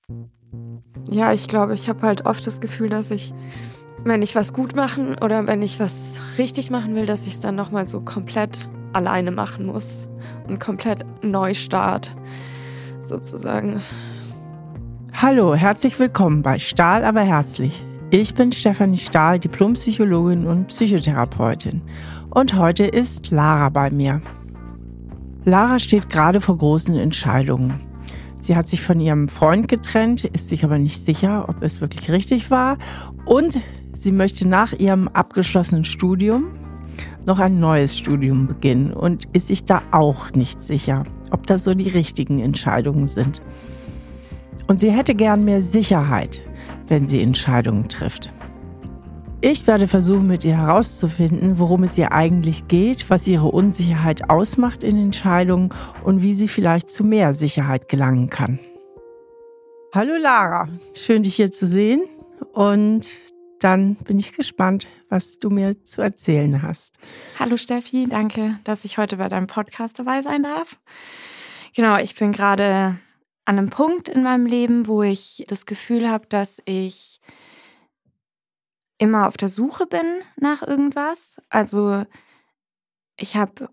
Ja, ich glaube, ich habe halt oft das Gefühl, dass ich, wenn ich was gut machen oder wenn ich was richtig machen will, dass ich es dann nochmal so komplett alleine machen muss und komplett Neustart sozusagen. Hallo, herzlich willkommen bei Stahl, aber herzlich. Ich bin Stefanie Stahl, Diplompsychologin und Psychotherapeutin. Und heute ist Lara bei mir. Lara steht gerade vor großen Entscheidungen. Sie hat sich von ihrem Freund getrennt, ist sich aber nicht sicher, ob es wirklich richtig war. Und sie möchte nach ihrem abgeschlossenen Studium noch ein neues Studium beginnen und ist sich da auch nicht sicher, ob das so die richtigen Entscheidungen sind. Und sie hätte gern mehr Sicherheit, wenn sie Entscheidungen trifft. Ich werde versuchen, mit ihr herauszufinden, worum es ihr eigentlich geht, was ihre Unsicherheit ausmacht in Entscheidungen und wie sie vielleicht zu mehr Sicherheit gelangen kann. Hallo Lara, schön dich hier zu sehen und dann bin ich gespannt, was du mir zu erzählen hast. Hallo Steffi, danke, dass ich heute bei deinem Podcast dabei sein darf. Genau, ich bin gerade an einem Punkt in meinem Leben, wo ich das Gefühl habe, dass ich immer auf der Suche bin nach irgendwas. Also ich habe,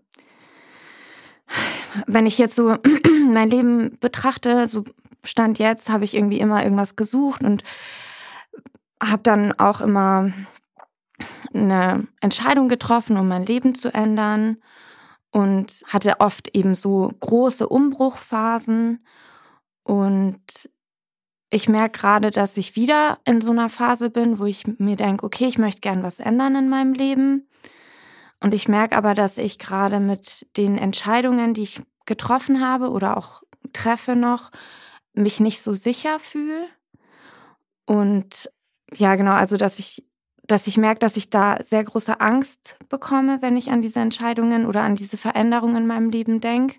wenn ich jetzt so mein Leben betrachte, so Stand jetzt, habe ich irgendwie immer irgendwas gesucht und habe dann auch immer eine Entscheidung getroffen, um mein Leben zu ändern und hatte oft eben so große Umbruchphasen. Und ich merke gerade, dass ich wieder in so einer Phase bin, wo ich mir denke, okay, ich möchte gern was ändern in meinem Leben. Und ich merke aber, dass ich gerade mit den Entscheidungen, die ich getroffen habe oder auch treffe noch, mich nicht so sicher fühle. Und ja, genau, also dass ich merke, dass ich da sehr große Angst bekomme, wenn ich an diese Entscheidungen oder an diese Veränderungen in meinem Leben denke.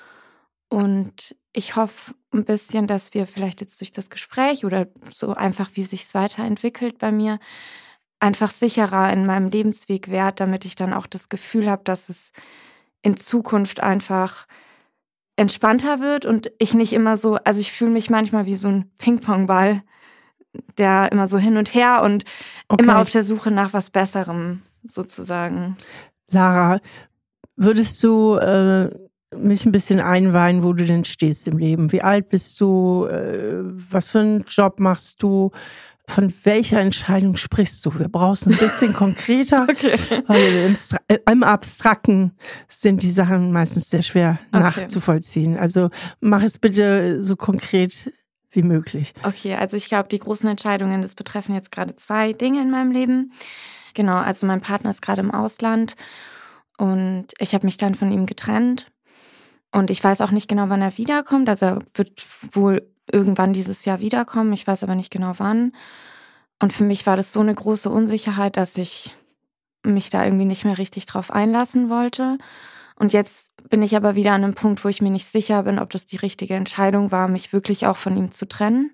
Und ich hoffe ein bisschen, dass wir vielleicht jetzt durch das Gespräch oder so einfach, wie sich es weiterentwickelt bei mir, einfach sicherer in meinem Lebensweg werde, damit ich dann auch das Gefühl habe, dass es in Zukunft einfach entspannter wird und ich nicht immer so, also ich fühle mich manchmal wie so ein Ping-Pong-Ball, der immer so hin und her und immer auf der Suche nach was Besserem sozusagen. Lara, würdest du mich ein bisschen einweihen, wo du denn stehst im Leben? Wie alt bist du? Was für einen Job machst du? Von welcher Entscheidung sprichst du? Wir brauchen ein bisschen konkreter, weil im Abstrakten sind die Sachen meistens sehr schwer nachzuvollziehen. Also mach es bitte so konkret wie möglich. Okay, also ich glaube, die großen Entscheidungen, das betreffen jetzt gerade 2 Dinge in meinem Leben. Genau, also mein Partner ist gerade im Ausland und ich habe mich dann von ihm getrennt. Und ich weiß auch nicht genau, wann er wiederkommt. Also er wird wohl irgendwann dieses Jahr wiederkommen. Ich weiß aber nicht genau wann. Und für mich war das so eine große Unsicherheit, dass ich mich da irgendwie nicht mehr richtig drauf einlassen wollte. Und jetzt bin ich aber wieder an einem Punkt, wo ich mir nicht sicher bin, ob das die richtige Entscheidung war, mich wirklich auch von ihm zu trennen.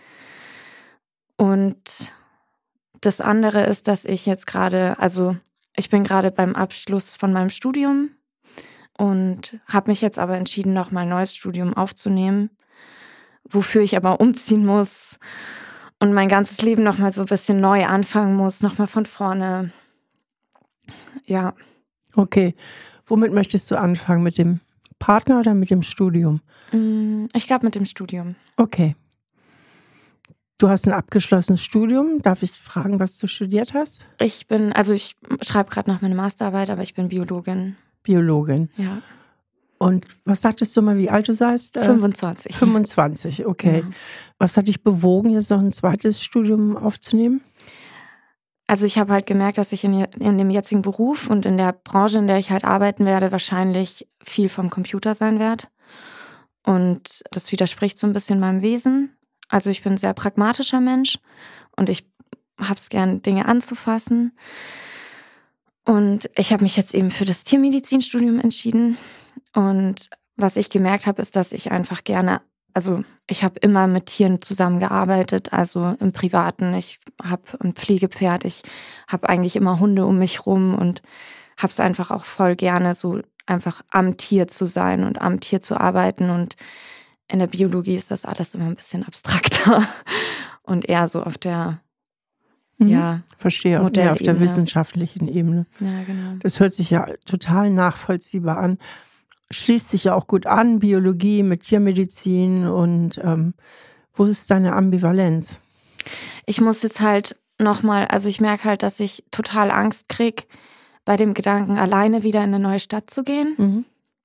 Und das andere ist, dass ich jetzt gerade, also ich bin gerade beim Abschluss von meinem Studium und habe mich jetzt aber entschieden, nochmal ein neues Studium aufzunehmen, wofür ich aber umziehen muss und mein ganzes Leben nochmal so ein bisschen neu anfangen muss, nochmal von vorne. Ja. Okay. Womit möchtest du anfangen? Mit dem Partner oder mit dem Studium? Ich glaube mit dem Studium. Okay. Du hast ein abgeschlossenes Studium. Darf ich fragen, was du studiert hast? Ich schreibe gerade noch meine Masterarbeit, aber ich bin Biologin. Biologin. Ja. Und was sagtest du mal, wie alt du seist? 25. 25, okay. Ja. Was hat dich bewogen, jetzt noch ein zweites Studium aufzunehmen? Also ich habe halt gemerkt, dass ich in dem jetzigen Beruf und in der Branche, in der ich halt arbeiten werde, wahrscheinlich viel vom Computer sein werde. Und das widerspricht so ein bisschen meinem Wesen. Also ich bin ein sehr pragmatischer Mensch und ich habe es gern, Dinge anzufassen. Und ich habe mich jetzt eben für das Tiermedizinstudium entschieden. Und was ich gemerkt habe, ist, dass ich einfach gerne, also ich habe immer mit Tieren zusammengearbeitet, also im Privaten. Ich habe ein Pflegepferd, ich habe eigentlich immer Hunde um mich rum und habe es einfach auch voll gerne, so einfach am Tier zu sein und am Tier zu arbeiten. Und in der Biologie ist das alles immer ein bisschen abstrakter und eher so auf der verstehe, auf der wissenschaftlichen Ebene. Ja, genau. Das hört sich ja total nachvollziehbar an. Schließt sich ja auch gut an, Biologie mit Tiermedizin und wo ist deine Ambivalenz? Ich muss jetzt halt nochmal, also ich merke halt, dass ich total Angst kriege, bei dem Gedanken, alleine wieder in eine neue Stadt zu gehen. Mhm.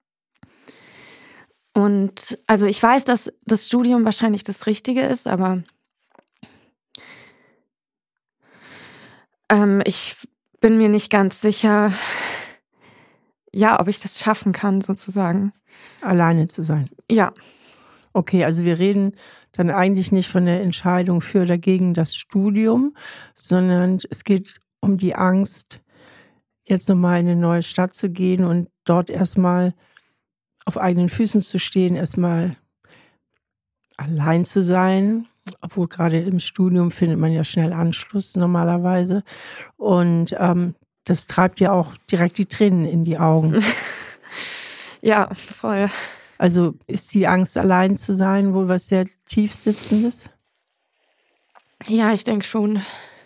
Und also ich weiß, dass das Studium wahrscheinlich das Richtige ist, aber ich bin mir nicht ganz sicher, ja, ob ich das schaffen kann, sozusagen. Alleine zu sein. Ja. Okay, also wir reden dann eigentlich nicht von der Entscheidung für oder gegen das Studium, sondern es geht um die Angst, jetzt nochmal in eine neue Stadt zu gehen und dort erstmal auf eigenen Füßen zu stehen, erstmal allein zu sein, obwohl gerade im Studium findet man ja schnell Anschluss normalerweise. Und das treibt ja auch direkt die Tränen in die Augen. Ja, voll. Also ist die Angst, allein zu sein, wohl was sehr tiefsitzendes? Ja, ich denke schon.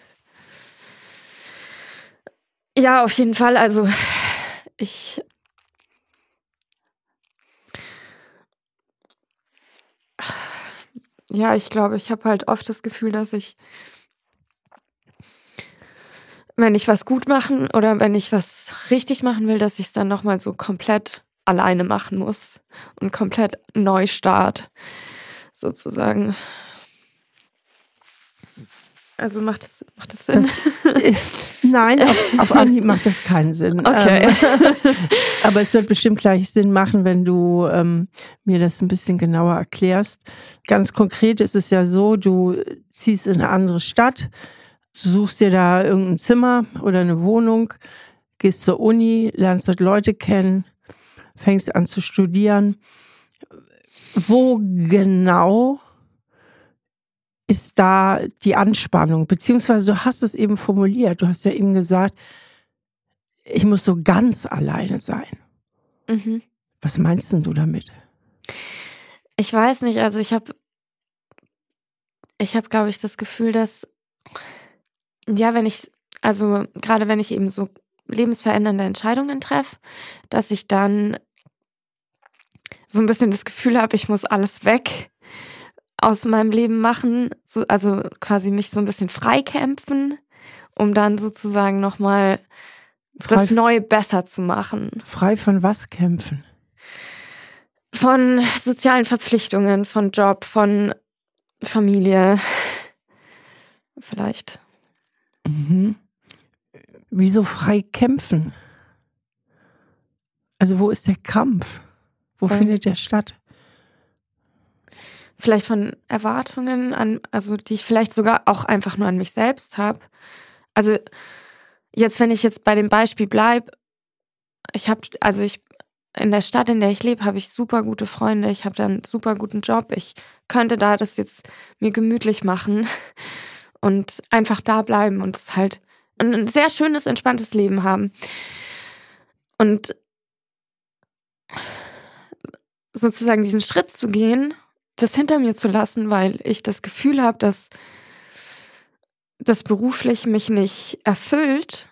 Ja, auf jeden Fall. Also ich glaube, ich habe halt oft das Gefühl, dass ich, wenn ich was gut machen oder wenn ich was richtig machen will, dass ich es dann nochmal so komplett alleine machen muss und komplett Neustart sozusagen. Also macht das Sinn? Nein, auf Anhieb macht das keinen Sinn. Okay. Aber es wird bestimmt gleich Sinn machen, wenn du mir das ein bisschen genauer erklärst. Ganz konkret ist es ja so, du ziehst in eine andere Stadt, suchst dir da irgendein Zimmer oder eine Wohnung, gehst zur Uni, lernst dort Leute kennen, fängst an zu studieren. Wo genau ist da die Anspannung? Beziehungsweise du hast es eben formuliert. Du hast ja eben gesagt, ich muss so ganz alleine sein. Mhm. Was meinst denn du damit? Ich weiß nicht, also ich habe, glaube ich, das Gefühl, dass, ja, gerade wenn ich eben so lebensverändernde Entscheidungen treffe, dass ich dann so ein bisschen das Gefühl habe, ich muss alles weg aus meinem Leben machen, also quasi mich so ein bisschen freikämpfen, um dann sozusagen nochmal das Neue besser zu machen. Frei von was kämpfen? Von sozialen Verpflichtungen, von Job, von Familie. Vielleicht. Mhm. Wieso frei kämpfen? Also wo ist der Kampf? Wo findet der statt? Vielleicht von Erwartungen also die ich vielleicht sogar auch einfach nur an mich selbst habe. Also jetzt, wenn ich jetzt bei dem Beispiel bleibe, in der Stadt, in der ich lebe, habe ich super gute Freunde, ich habe da einen super guten Job, ich könnte da das jetzt mir gemütlich machen und einfach da bleiben und es halt ein sehr schönes, entspanntes Leben haben. Und sozusagen diesen Schritt zu gehen, das hinter mir zu lassen, weil ich das Gefühl habe, dass das beruflich mich nicht erfüllt,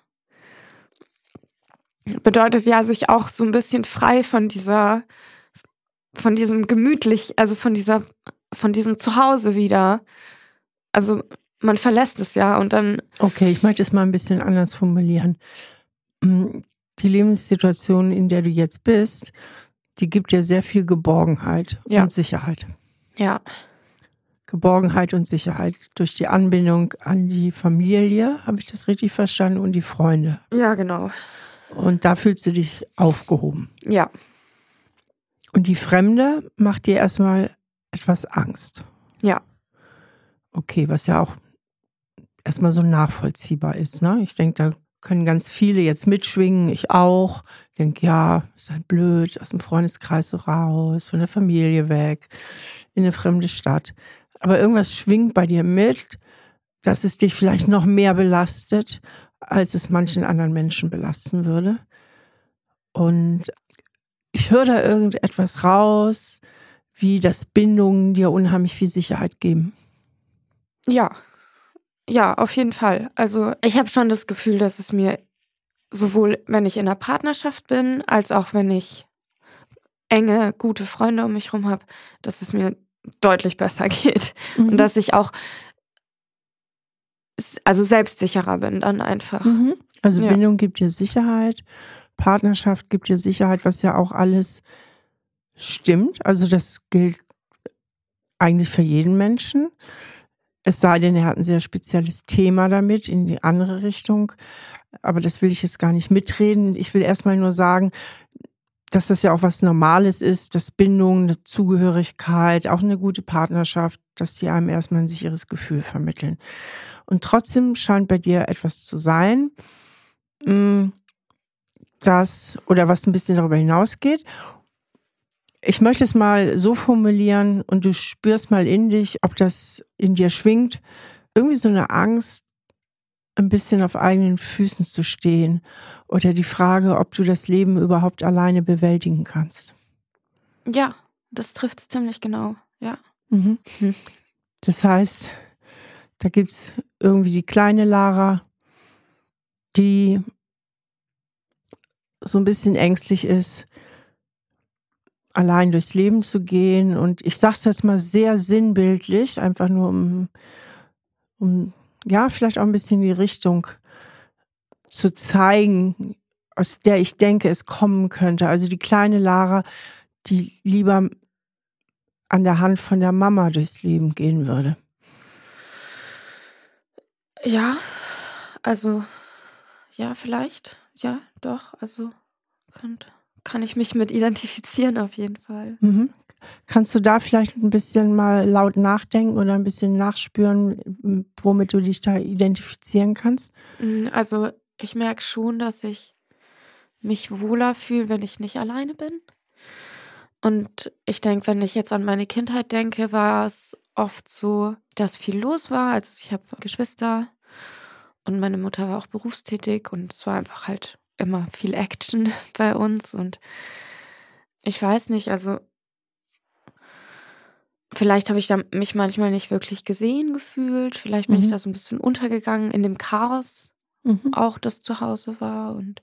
bedeutet ja, sich auch so ein bisschen frei von diesem gemütlich, also von diesem Zuhause wieder. Also man verlässt es ja und dann. Okay, ich möchte es mal ein bisschen anders formulieren. Die Lebenssituation, in der du jetzt bist, die gibt dir sehr viel Geborgenheit und Sicherheit. Ja. Geborgenheit und Sicherheit durch die Anbindung an die Familie, habe ich das richtig verstanden, und die Freunde. Ja, genau. Und da fühlst du dich aufgehoben. Ja. Und die Fremde macht dir erstmal etwas Angst. Ja. Okay, was ja auch erstmal so nachvollziehbar ist, ne? Ich denke, da können ganz viele jetzt mitschwingen, ich auch. Ich denke, ja, ist halt blöd, aus dem Freundeskreis so raus, von der Familie weg, in eine fremde Stadt. Aber irgendwas schwingt bei dir mit, dass es dich vielleicht noch mehr belastet, als es manchen anderen Menschen belasten würde. Und ich höre da irgendetwas raus, wie das Bindungen dir unheimlich viel Sicherheit geben. Ja, auf jeden Fall. Also ich habe schon das Gefühl, dass es mir sowohl, wenn ich in einer Partnerschaft bin, als auch wenn ich enge, gute Freunde um mich herum habe, dass es mir deutlich besser geht. Und dass ich auch selbstsicherer bin dann einfach. Also Bindung gibt dir Sicherheit, Partnerschaft gibt dir Sicherheit, was ja auch alles stimmt. Also das gilt eigentlich für jeden Menschen. Es sei denn, er hat ein sehr spezielles Thema damit in die andere Richtung. Aber das will ich jetzt gar nicht mitreden. Ich will erstmal nur sagen, dass das ja auch was Normales ist, dass Bindung, eine Zugehörigkeit, auch eine gute Partnerschaft, dass die einem erstmal ein sicheres Gefühl vermitteln. Und trotzdem scheint bei dir etwas zu sein, was ein bisschen darüber hinausgeht. Ich möchte es mal so formulieren und du spürst mal in dich, ob das in dir schwingt. Irgendwie so eine Angst, ein bisschen auf eigenen Füßen zu stehen oder die Frage, ob du das Leben überhaupt alleine bewältigen kannst. Ja, das trifft es ziemlich genau, ja. Das heißt, da gibt es irgendwie die kleine Lara, die so ein bisschen ängstlich ist, allein durchs Leben zu gehen. Und ich sage es jetzt mal sehr sinnbildlich, einfach nur um vielleicht auch ein bisschen die Richtung zu zeigen, aus der ich denke, es kommen könnte. Also die kleine Lara, die lieber an der Hand von der Mama durchs Leben gehen würde. Ja, also, ja, vielleicht. Ja, doch. Also kann ich mich mit identifizieren auf jeden Fall. Kannst du da vielleicht ein bisschen mal laut nachdenken oder ein bisschen nachspüren, womit du dich da identifizieren kannst? Also ich merke schon, dass ich mich wohler fühle, wenn ich nicht alleine bin. Und ich denke, wenn ich jetzt an meine Kindheit denke, war es oft so, dass viel los war. Also ich habe Geschwister und meine Mutter war auch berufstätig und es war einfach halt immer viel Action bei uns. Und ich weiß nicht, also vielleicht habe ich mich manchmal nicht wirklich gesehen gefühlt. Vielleicht bin ich da so ein bisschen untergegangen in dem Chaos, auch das zu Hause war. Und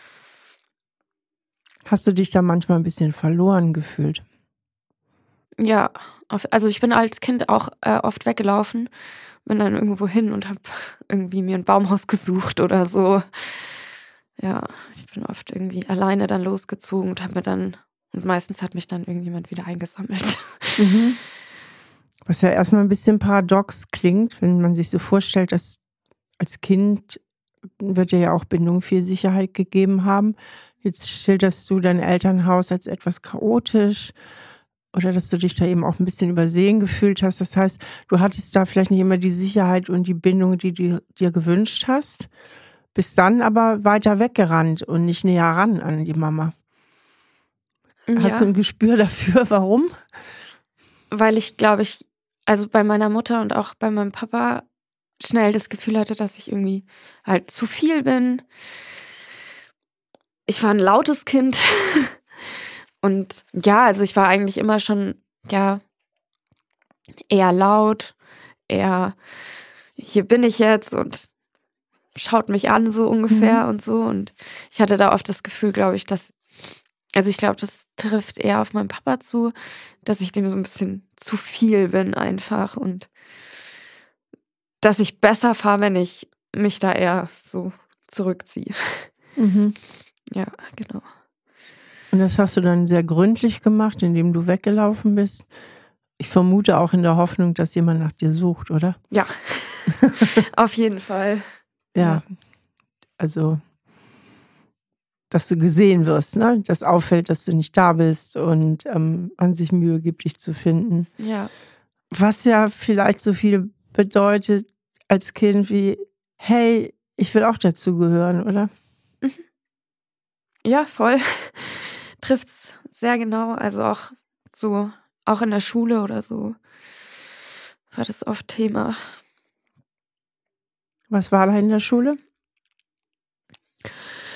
hast du dich da manchmal ein bisschen verloren gefühlt? ja, also ich bin als Kind auch oft weggelaufen, bin dann irgendwo hin und habe irgendwie mir ein Baumhaus gesucht oder so. Ja, ich bin oft irgendwie alleine dann losgezogen und meistens hat mich dann irgendjemand wieder eingesammelt. Was ja erstmal ein bisschen paradox klingt, wenn man sich so vorstellt, dass als Kind wird dir ja auch Bindung viel Sicherheit gegeben haben. Jetzt schilderst du dein Elternhaus als etwas chaotisch oder dass du dich da eben auch ein bisschen übersehen gefühlt hast. Das heißt, du hattest da vielleicht nicht immer die Sicherheit und die Bindung, die du dir gewünscht hast, bist dann aber weiter weggerannt und nicht näher ran an die Mama. Hast du ein Gespür dafür, warum? Weil ich, glaube ich, also bei meiner Mutter und auch bei meinem Papa schnell das Gefühl hatte, dass ich irgendwie halt zu viel bin. Ich war ein lautes Kind. Und ja, also ich war eigentlich immer schon, ja, eher laut, eher, hier bin ich jetzt und schaut mich an so ungefähr und so. Und ich hatte da oft das Gefühl, glaube ich, das trifft eher auf meinen Papa zu, dass ich dem so ein bisschen zu viel bin einfach und dass ich besser fahre, wenn ich mich da eher so zurückziehe. Ja, genau. Und das hast du dann sehr gründlich gemacht, indem du weggelaufen bist. Ich vermute auch in der Hoffnung, dass jemand nach dir sucht, oder? Ja, auf jeden Fall. Ja, also, dass du gesehen wirst, ne? Dass auffällt, dass du nicht da bist und man sich Mühe gibt, dich zu finden. Ja. Was ja vielleicht so viel bedeutet als Kind wie, hey, ich will auch dazugehören, oder? Ja, voll. Trifft's sehr genau. Also auch in der Schule oder so war das oft Thema. Was war da in der Schule?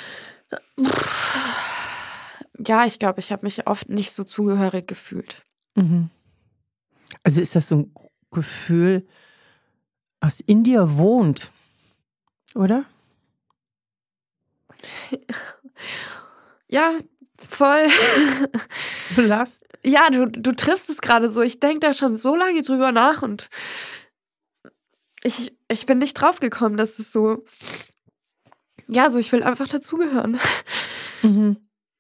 Ja, ich glaube, ich habe mich oft nicht so zugehörig gefühlt. Mhm. Also ist das so ein Gefühl, was in dir wohnt, oder? Ja, voll. Belast? Ja, du triffst es gerade so. Ich denke da schon so lange drüber nach und ich bin nicht drauf gekommen, dass es so, ja, so ich will einfach dazugehören. Mhm.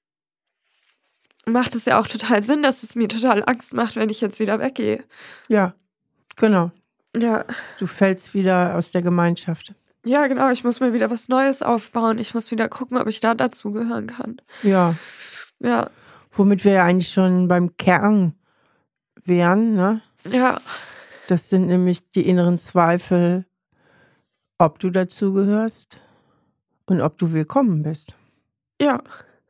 Macht es ja auch total Sinn, dass es mir total Angst macht, wenn ich jetzt wieder weggehe. Ja, genau. Ja, Du fällst wieder aus der Gemeinschaft. ja, genau. Ich muss mir wieder was Neues aufbauen. Ich muss wieder gucken, ob ich da dazugehören kann. Ja, Ja, womit wir ja eigentlich schon beim Kern wären, ne? ja, Das sind nämlich die inneren Zweifel, ob du dazugehörst und ob du willkommen bist. ja.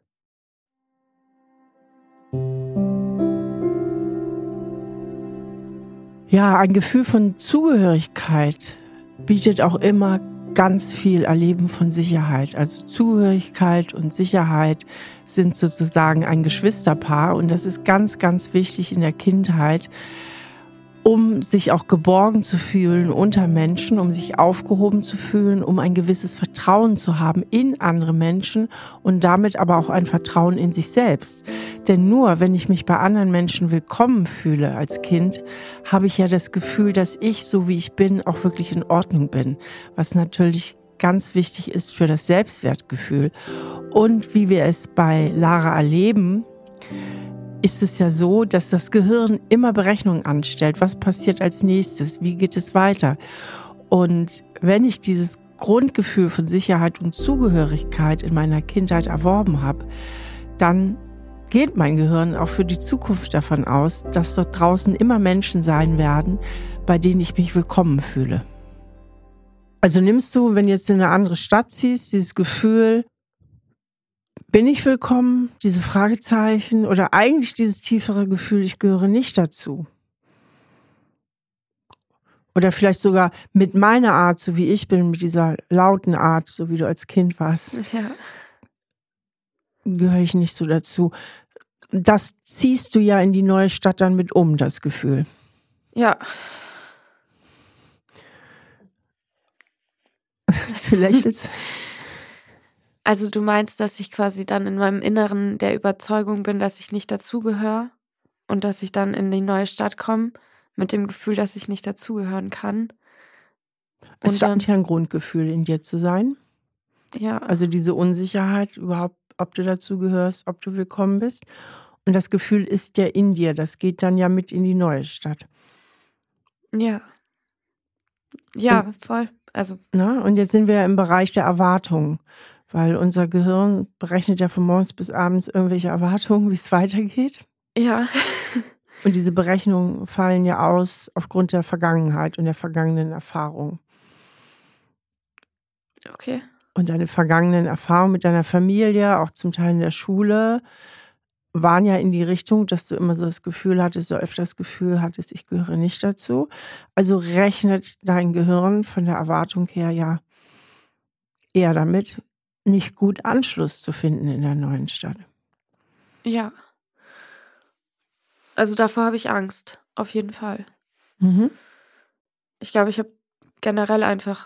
Ja, ein Gefühl von Zugehörigkeit bietet auch immer ganz viel Erleben von Sicherheit. Also Zugehörigkeit und Sicherheit sind sozusagen ein Geschwisterpaar und das ist ganz, ganz wichtig in der Kindheit, um sich auch geborgen zu fühlen unter Menschen, um sich aufgehoben zu fühlen, um ein gewisses Vertrauen zu haben in andere Menschen und damit aber auch ein Vertrauen in sich selbst. Denn nur wenn ich mich bei anderen Menschen willkommen fühle als Kind, habe ich ja das Gefühl, dass ich, so wie ich bin, auch wirklich in Ordnung bin, was natürlich ganz wichtig ist für das Selbstwertgefühl. Und wie wir es bei Lara erleben, ist es ja so, dass das Gehirn immer Berechnungen anstellt. Was passiert als nächstes? Wie geht es weiter? Und wenn ich dieses Grundgefühl von Sicherheit und Zugehörigkeit in meiner Kindheit erworben habe, dann geht mein Gehirn auch für die Zukunft davon aus, dass dort draußen immer Menschen sein werden, bei denen ich mich willkommen fühle. Also nimmst du, wenn du jetzt in eine andere Stadt ziehst, dieses Gefühl, bin ich willkommen, diese Fragezeichen oder eigentlich dieses tiefere Gefühl, ich gehöre nicht dazu? Oder vielleicht sogar mit meiner Art, so wie ich bin, mit dieser lauten Art, so wie du als Kind warst, Ja. gehöre ich nicht so dazu. Das ziehst du ja in die neue Stadt dann mit um, das Gefühl. Ja. Du lächelst. Also du meinst, dass ich quasi dann in meinem Inneren der Überzeugung bin, dass ich nicht dazugehöre und dass ich dann in die neue Stadt komme mit dem Gefühl, dass ich nicht dazugehören kann. Es Und scheint dann, ja ein Grundgefühl in dir zu sein. ja, Also diese Unsicherheit überhaupt, ob du dazugehörst, ob du willkommen bist. Und das Gefühl ist ja in dir. Das geht dann ja mit in die neue Stadt. ja, ja, voll. Also, Und jetzt sind wir ja im Bereich der Erwartungen, weil unser Gehirn berechnet ja von morgens bis abends irgendwelche Erwartungen, wie es weitergeht. ja, Und diese Berechnungen fallen ja aus aufgrund der Vergangenheit und der vergangenen Erfahrung. okay. Und deine vergangenen Erfahrungen mit deiner Familie, auch zum Teil in der Schule, waren ja in die Richtung, dass du immer so das Gefühl hattest, so öfter das Gefühl hattest, ich gehöre nicht dazu. Also rechnet dein Gehirn von der Erwartung her ja eher damit, nicht gut Anschluss zu finden in der neuen Stadt. Ja. Also davor habe ich Angst, auf jeden Fall. Mhm. Ich glaube, ich habe generell einfach,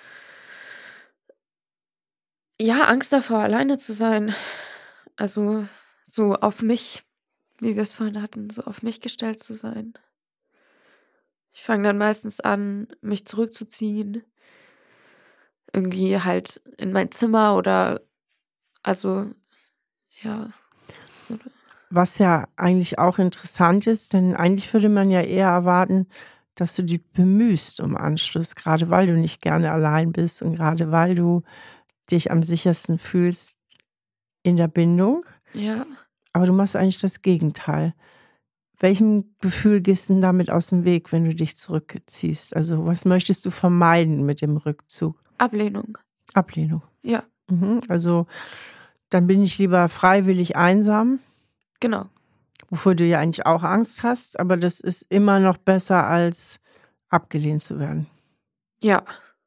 ja, Angst davor, alleine zu sein. Also so auf mich, wie wir es vorhin hatten, so auf mich gestellt zu sein. Ich fange dann meistens an, mich zurückzuziehen. Irgendwie halt in mein Zimmer oder, also, ja. Was ja eigentlich auch interessant ist, denn eigentlich würde man ja eher erwarten, dass du dich bemühst um Anschluss, gerade weil du nicht gerne allein bist und gerade weil du dich am sichersten fühlst in der Bindung. Ja. Aber du machst eigentlich das Gegenteil. Welchem Gefühl gehst du denn damit aus dem Weg, wenn du dich zurückziehst? Also was möchtest du vermeiden mit dem Rückzug? Ablehnung. Ablehnung. Ja, Also dann bin ich lieber freiwillig einsam, genau. wovor du ja eigentlich auch Angst hast, aber das ist immer noch besser, als abgelehnt zu werden. Ja.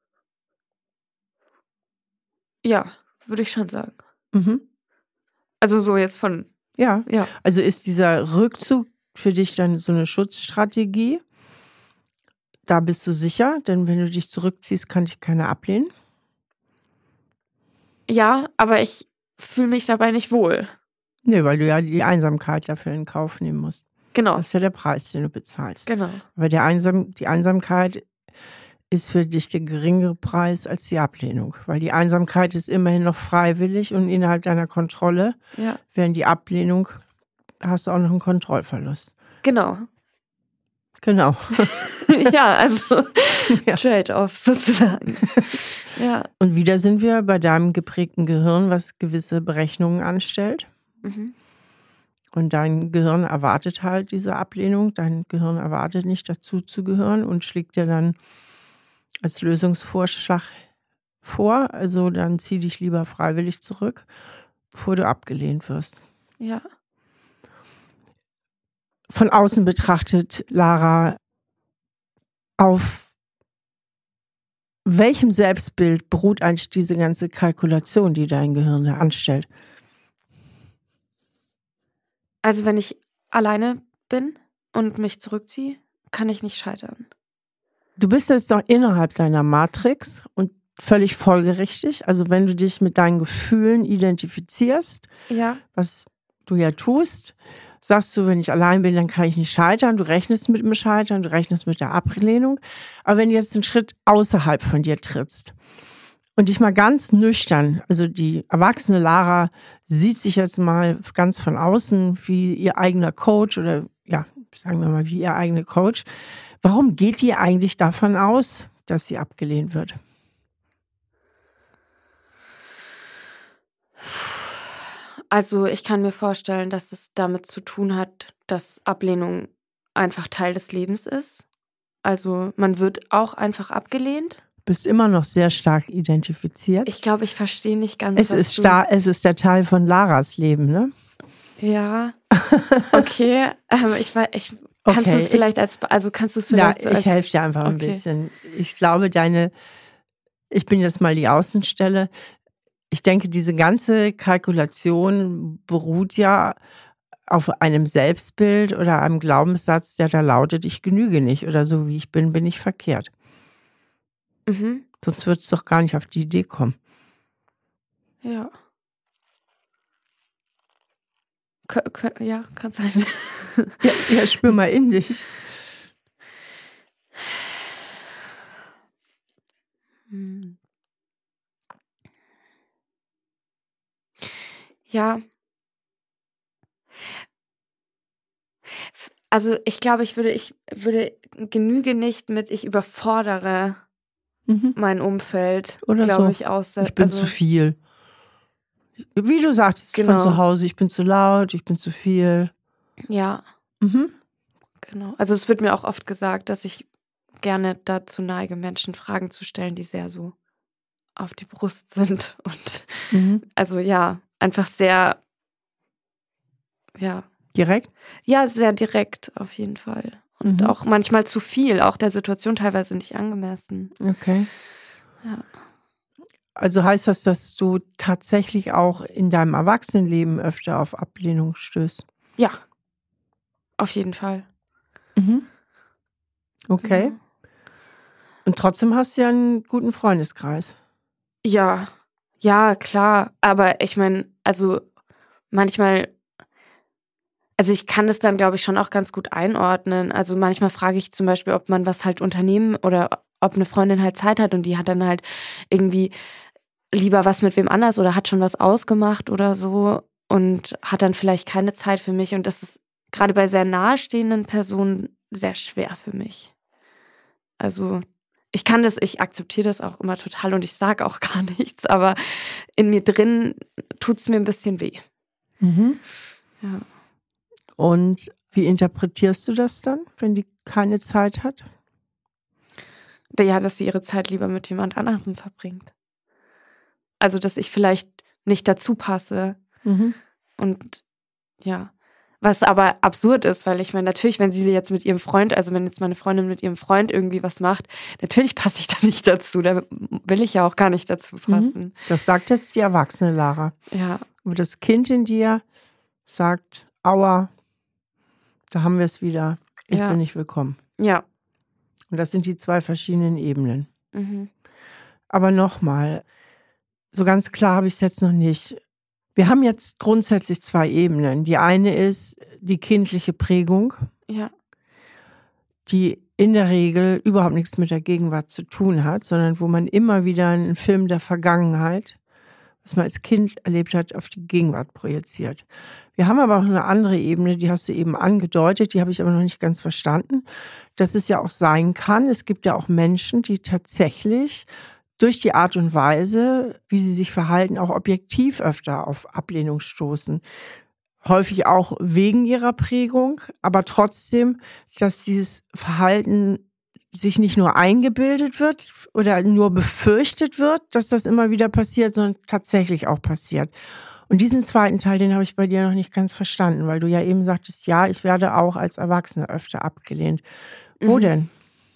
Ja, würde ich schon sagen. Mhm. Also so jetzt von, Ja, ja. also ist dieser Rückzug für dich dann so eine Schutzstrategie. Da bist du sicher, denn wenn du dich zurückziehst, kann dich keiner ablehnen. Ja, aber ich fühle mich dabei nicht wohl. Nee, weil du ja die Einsamkeit dafür in Kauf nehmen musst. Genau. Das ist ja der Preis, den du bezahlst. Genau. Aber die Einsamkeit ist für dich der geringere Preis als die Ablehnung. Weil die Einsamkeit ist immerhin noch freiwillig und innerhalb deiner Kontrolle. Ja. Während die Ablehnung hast du auch noch einen Kontrollverlust. Genau. Genau. Ja, also Trade-off sozusagen. Ja. Und wieder sind wir bei deinem geprägten Gehirn, was gewisse Berechnungen anstellt. Mhm. Und dein Gehirn erwartet halt diese Ablehnung. Dein Gehirn erwartet nicht, dazu zu gehören und schlägt dir dann als Lösungsvorschlag vor. Also dann zieh dich lieber freiwillig zurück, bevor du abgelehnt wirst. Ja. Von außen betrachtet, Lara, auf welchem Selbstbild beruht eigentlich diese ganze Kalkulation, die dein Gehirn da anstellt? Also wenn ich alleine bin und mich zurückziehe, kann ich nicht scheitern. Du bist jetzt doch innerhalb deiner Matrix und völlig folgerichtig. Also wenn du dich mit deinen Gefühlen identifizierst, Ja. was du ja tust, sagst du, wenn ich allein bin, dann kann ich nicht scheitern. Du rechnest mit dem Scheitern, du rechnest mit der Ablehnung. Aber wenn du jetzt einen Schritt außerhalb von dir trittst und dich mal ganz nüchtern, also die erwachsene Lara sieht sich jetzt mal ganz von außen wie ihr eigener Coach oder ja, sagen wir mal wie ihr eigener Coach. Warum geht die eigentlich davon aus, dass sie abgelehnt wird? Also ich kann mir vorstellen, dass es damit zu tun hat, dass Ablehnung einfach Teil des Lebens ist. Also man wird auch einfach abgelehnt. Bist immer noch sehr stark identifiziert. Ich glaube, ich verstehe nicht ganz, Es ist der Teil von Laras Leben, ne? Ja, okay. Kannst du es vielleicht ich helfe dir einfach ein bisschen. Ich glaube, ich bin jetzt mal die Außenstelle. Ich denke, diese ganze Kalkulation beruht ja auf einem Selbstbild oder einem Glaubenssatz, der da lautet, ich genüge nicht oder so wie ich bin, bin ich verkehrt. Mhm. Sonst würdest du doch gar nicht auf die Idee kommen. Ja. Ja, kann sein. Ja, spür mal in dich. Ja. Also ich glaube, ich würde genüge nicht mit, ich überfordere mein Umfeld, oder glaube so. ich, aussetzen. Ich bin zu viel. Wie du sagtest, Genau. von zu Hause, ich bin zu laut, ich bin zu viel. Ja. Genau. Also es wird mir auch oft gesagt, dass ich gerne dazu neige, Menschen Fragen zu stellen, die sehr so auf die Brust sind. Und also ja, einfach sehr, ja. Direkt? Ja, sehr direkt auf jeden Fall. Und auch manchmal zu viel, auch der Situation teilweise nicht angemessen. Okay. Ja. Also heißt das, dass du tatsächlich auch in deinem Erwachsenenleben öfter auf Ablehnung stößt? Ja, auf jeden Fall. Okay. Genau. Und trotzdem hast du ja einen guten Freundeskreis. Ja, klar. Aber ich meine, also manchmal, also ich kann das dann, glaube ich, schon auch ganz gut einordnen. Also manchmal frage ich zum Beispiel, ob man was halt unternehmen oder ob eine Freundin halt Zeit hat und die hat dann halt irgendwie lieber was mit wem anders oder hat schon was ausgemacht oder so und hat dann vielleicht keine Zeit für mich. Und das ist gerade bei sehr nahestehenden Personen sehr schwer für mich. Also ich akzeptiere das auch immer total und ich sage auch gar nichts, aber in mir drin tut es mir ein bisschen weh. Ja. Und wie interpretierst du das dann, wenn die keine Zeit hat? Ja, dass sie ihre Zeit lieber mit jemand anderem verbringt. Also, dass ich vielleicht nicht dazu passe. Und ja, was aber absurd ist, weil ich meine, natürlich, wenn sie jetzt mit ihrem Freund, also wenn jetzt meine Freundin mit ihrem Freund irgendwie was macht, natürlich passe ich da nicht dazu. Da will ich ja auch gar nicht dazu passen. Das sagt jetzt die erwachsene Lara. Ja. Aber das Kind in dir sagt, aua, Da haben wir es wieder. Ich Ja. bin nicht willkommen. Ja. Und das sind die 2 verschiedenen Ebenen. Mhm. Aber nochmal, so ganz klar habe ich es jetzt noch nicht. Wir haben jetzt grundsätzlich 2 Ebenen. Die eine ist die kindliche Prägung, Ja. die in der Regel überhaupt nichts mit der Gegenwart zu tun hat, sondern wo man immer wieder einen Film der Vergangenheit, was man als Kind erlebt hat, auf die Gegenwart projiziert. Wir haben aber auch eine andere Ebene, die hast du eben angedeutet, die habe ich aber noch nicht ganz verstanden, dass es ja auch sein kann, es gibt ja auch Menschen, die tatsächlich durch die Art und Weise, wie sie sich verhalten, auch objektiv öfter auf Ablehnung stoßen. Häufig auch wegen ihrer Prägung, aber trotzdem, dass dieses Verhalten sich nicht nur eingebildet wird oder nur befürchtet wird, dass das immer wieder passiert, sondern tatsächlich auch passiert. Und diesen zweiten Teil, den habe ich bei dir noch nicht ganz verstanden, weil du ja eben sagtest, ja, ich werde auch als Erwachsene öfter abgelehnt. Wo denn?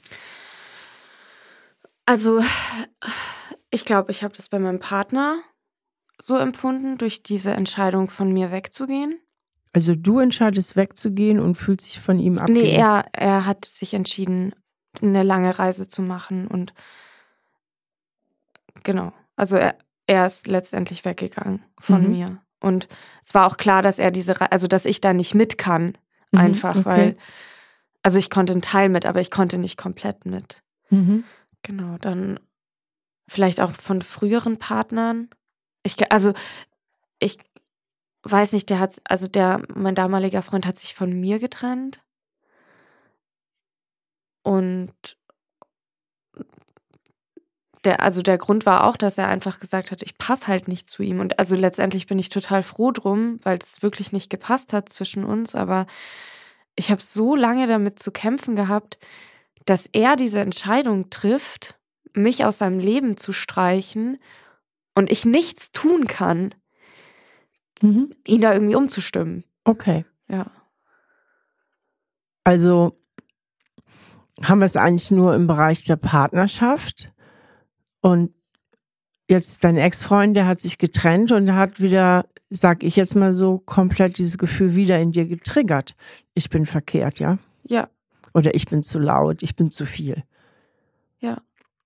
Also, ich glaube, ich habe das bei meinem Partner so empfunden, durch diese Entscheidung von mir wegzugehen. Also du entscheidest wegzugehen und fühlst dich von ihm abgelehnt? Nee, er hat sich entschieden, eine lange Reise zu machen und genau. Also er ist letztendlich weggegangen von mir. Und es war auch klar, dass er dass ich da nicht mit kann. Einfach, okay. weil, also ich konnte einen Teil mit, aber ich konnte nicht komplett mit. Genau, dann vielleicht auch von früheren Partnern. Ich weiß nicht, mein damaliger Freund hat sich von mir getrennt. Und der Grund war auch, dass er einfach gesagt hat, ich passe halt nicht zu ihm. Und also letztendlich bin ich total froh drum, weil es wirklich nicht gepasst hat zwischen uns. Aber ich habe so lange damit zu kämpfen gehabt, dass er diese Entscheidung trifft, mich aus seinem Leben zu streichen und ich nichts tun kann, ihn da irgendwie umzustimmen. Okay. Ja. Also haben wir es eigentlich nur im Bereich der Partnerschaft und jetzt dein Ex-Freund, der hat sich getrennt und hat wieder, sag ich jetzt mal so, komplett dieses Gefühl wieder in dir getriggert. Ich bin verkehrt, ja? Ja. Oder ich bin zu laut, ich bin zu viel. Ja.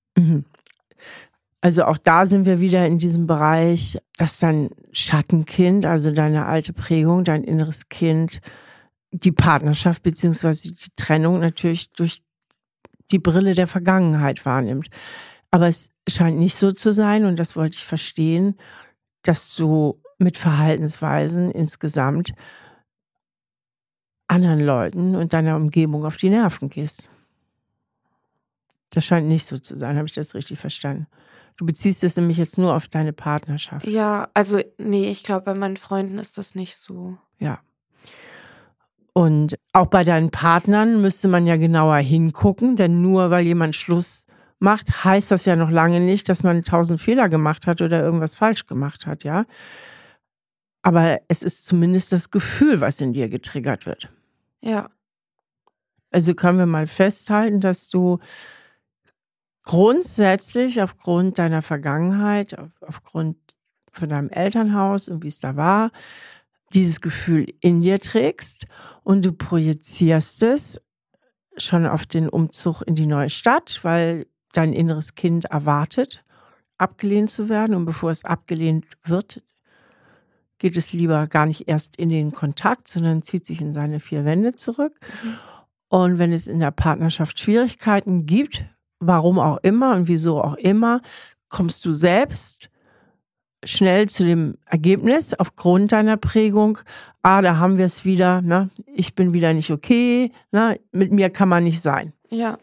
Also auch da sind wir wieder in diesem Bereich, dass dein Schattenkind, also deine alte Prägung, dein inneres Kind, die Partnerschaft beziehungsweise die Trennung natürlich durch die Brille der Vergangenheit wahrnimmt. Aber es scheint nicht so zu sein, und das wollte ich verstehen, dass du mit Verhaltensweisen insgesamt anderen Leuten und deiner Umgebung auf die Nerven gehst. Das scheint nicht so zu sein. Habe ich das richtig verstanden? Du beziehst es nämlich jetzt nur auf deine Partnerschaft. Ja, also nee, ich glaube, bei meinen Freunden ist das nicht so. Ja. Und auch bei deinen Partnern müsste man ja genauer hingucken, denn nur weil jemand Schluss macht, heißt das ja noch lange nicht, dass man 1000 Fehler gemacht hat oder irgendwas falsch gemacht hat, ja. Aber es ist zumindest das Gefühl, was in dir getriggert wird. Ja. Also können wir mal festhalten, dass du grundsätzlich aufgrund deiner Vergangenheit, aufgrund von deinem Elternhaus und wie es da war, dieses Gefühl in dir trägst und du projizierst es schon auf den Umzug in die neue Stadt, weil dein inneres Kind erwartet, abgelehnt zu werden. Und bevor es abgelehnt wird, geht es lieber gar nicht erst in den Kontakt, sondern zieht sich in seine 4 Wände zurück. Und wenn es in der Partnerschaft Schwierigkeiten gibt, warum auch immer und wieso auch immer, kommst du selbst schnell zu dem Ergebnis aufgrund deiner Prägung, da haben wir es wieder, ne? Ich bin wieder nicht okay, ne? Mit mir kann man nicht sein. Ja.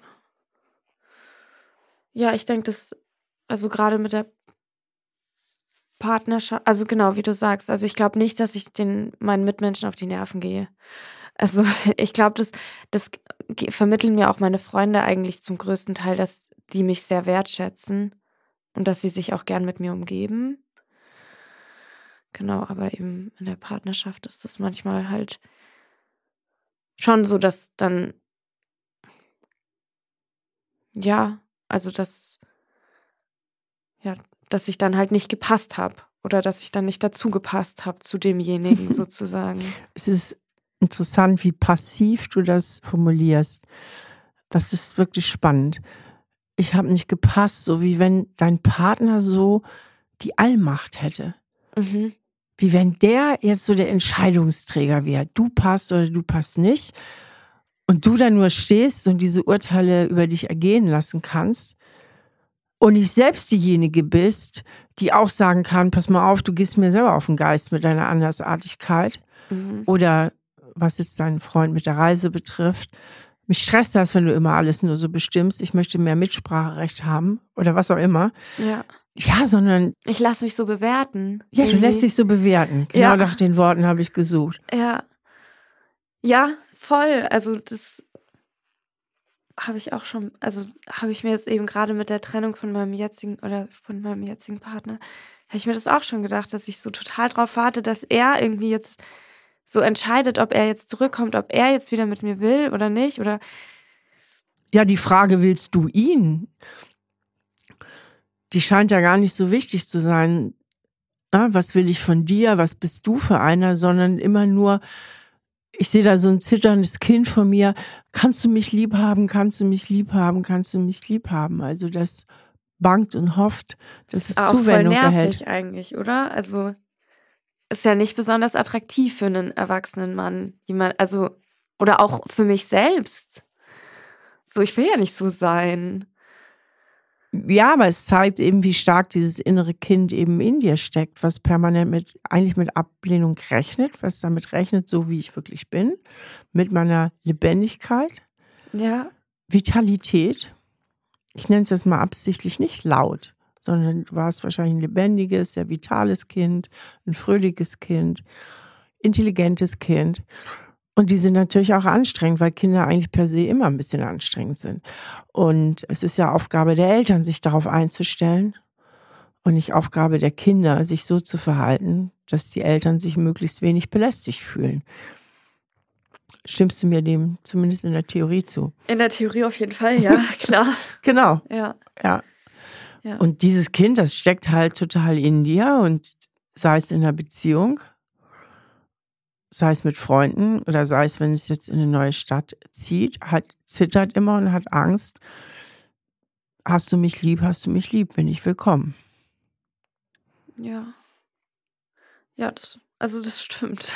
Ja, ich denke, also gerade mit der Partnerschaft, also genau, wie du sagst, also ich glaube nicht, dass ich meinen Mitmenschen auf die Nerven gehe. Also ich glaube, das vermitteln mir auch meine Freunde eigentlich zum größten Teil, dass die mich sehr wertschätzen und dass sie sich auch gern mit mir umgeben. Genau, aber eben in der Partnerschaft ist das manchmal halt schon so, dass dann, ja, also dass ich dann halt nicht gepasst habe oder dass ich dann nicht dazu gepasst habe zu demjenigen sozusagen. Es ist interessant, wie passiv du das formulierst. Das ist wirklich spannend. Ich habe nicht gepasst, so wie wenn dein Partner so die Allmacht hätte. Mhm. Wie wenn der jetzt so der Entscheidungsträger wäre. Du passt oder du passt nicht. Und du dann nur stehst und diese Urteile über dich ergehen lassen kannst. Und nicht selbst diejenige bist, die auch sagen kann, pass mal auf, du gehst mir selber auf den Geist mit deiner Andersartigkeit. Mhm. Oder was jetzt deinen Freund mit der Reise betrifft. Mich stresst das, wenn du immer alles nur so bestimmst. Ich möchte mehr Mitspracherecht haben oder was auch immer. Ja. Ja, sondern... Ich lasse mich so bewerten. Ja, du lässt dich so bewerten. Genau nach den Worten habe ich gesucht. Ja. Ja, voll. Also das habe ich auch schon, also habe ich mir jetzt eben gerade mit der Trennung von meinem jetzigen Partner, habe ich mir das auch schon gedacht, dass ich so total drauf warte, dass er irgendwie jetzt so entscheidet, ob er jetzt zurückkommt, ob er jetzt wieder mit mir will oder nicht. Oder ja, die Frage, willst du ihn? Die scheint ja gar nicht so wichtig zu sein. Was will ich von dir? Was bist du für einer? Sondern immer nur, ich sehe da so ein zitterndes Kind von mir. Kannst du mich lieb haben? Kannst du mich lieb haben? Kannst du mich lieb haben? Also das bangt und hofft, dass es Zuwendung voll nervig erhält. Eigentlich, oder? Also ist ja nicht besonders attraktiv für einen erwachsenen Mann. Also, oder auch für mich selbst. So, ich will ja nicht so sein. Ja, aber es zeigt eben, wie stark dieses innere Kind eben in dir steckt, was permanent eigentlich mit Ablehnung rechnet, was damit rechnet, so wie ich wirklich bin, mit meiner Lebendigkeit, Ja. Vitalität. Ich nenne es jetzt mal absichtlich nicht laut, sondern du warst wahrscheinlich ein lebendiges, sehr vitales Kind, ein fröhliches Kind, intelligentes Kind. Und die sind natürlich auch anstrengend, weil Kinder eigentlich per se immer ein bisschen anstrengend sind. Und es ist ja Aufgabe der Eltern, sich darauf einzustellen und nicht Aufgabe der Kinder, sich so zu verhalten, dass die Eltern sich möglichst wenig belästigt fühlen. Stimmst du mir dem zumindest in der Theorie zu? In der Theorie auf jeden Fall, ja, klar. Genau. Ja. Und dieses Kind, das steckt halt total in dir und sei es in einer Beziehung, sei es mit Freunden oder sei es, wenn es jetzt in eine neue Stadt zieht, zittert immer und hat Angst. Hast du mich lieb, bin ich willkommen. Ja. Ja, das stimmt.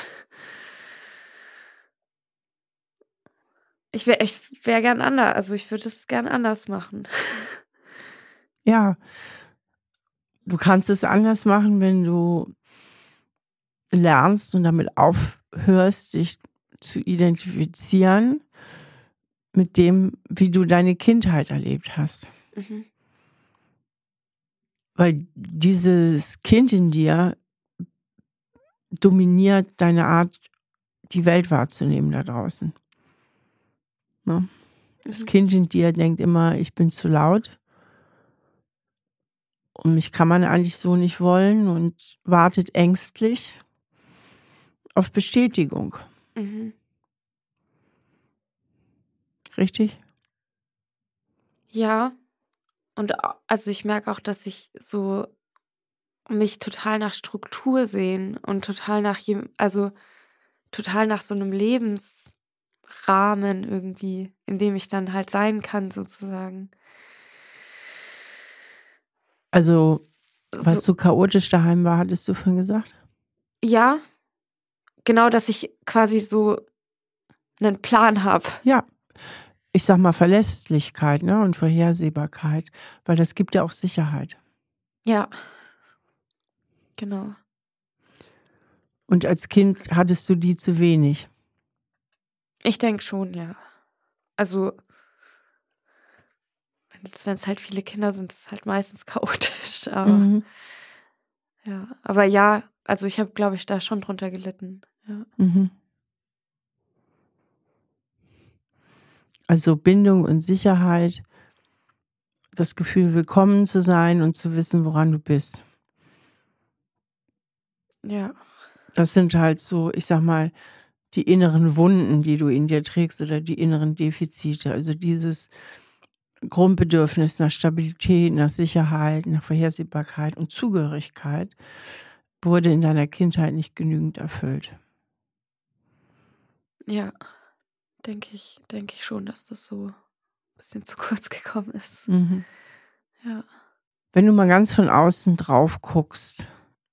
Ich wäre gern anders, also ich würde es gern anders machen. Ja, du kannst es anders machen, wenn du lernst und damit aufhörst, dich zu identifizieren mit dem, wie du deine Kindheit erlebt hast. Mhm. Weil dieses Kind in dir dominiert deine Art, die Welt wahrzunehmen da draußen. Ne? Das Kind in dir denkt immer, ich bin zu laut. Und mich kann man eigentlich so nicht wollen und wartet ängstlich auf Bestätigung. Mhm. Richtig? Ja. Und also ich merke auch, dass ich so mich total nach Struktur sehen und total nach so einem Lebensrahmen irgendwie, in dem ich dann halt sein kann, sozusagen. Also, was so chaotisch daheim war, hattest du vorhin gesagt? Ja, genau, dass ich quasi so einen Plan habe. Ja, ich sag mal Verlässlichkeit, ne, und Vorhersehbarkeit, weil das gibt ja auch Sicherheit. Ja, genau. Und als Kind hattest du die zu wenig? Ich denke schon, ja. Also, wenn es halt viele Kinder sind, ist es halt meistens chaotisch. Aber, ja. Aber ja, also ich habe, glaube ich, da schon drunter gelitten. Ja. Mhm. Also Bindung und Sicherheit, das Gefühl, willkommen zu sein und zu wissen, woran du bist. Ja. Das sind halt so, ich sag mal, die inneren Wunden, die du in dir trägst oder die inneren Defizite. Also dieses Grundbedürfnis nach Stabilität, nach Sicherheit, nach Vorhersehbarkeit und Zugehörigkeit wurde in deiner Kindheit nicht genügend erfüllt. Ja, denke ich schon, dass das so ein bisschen zu kurz gekommen ist. Mhm. Ja. Wenn du mal ganz von außen drauf guckst,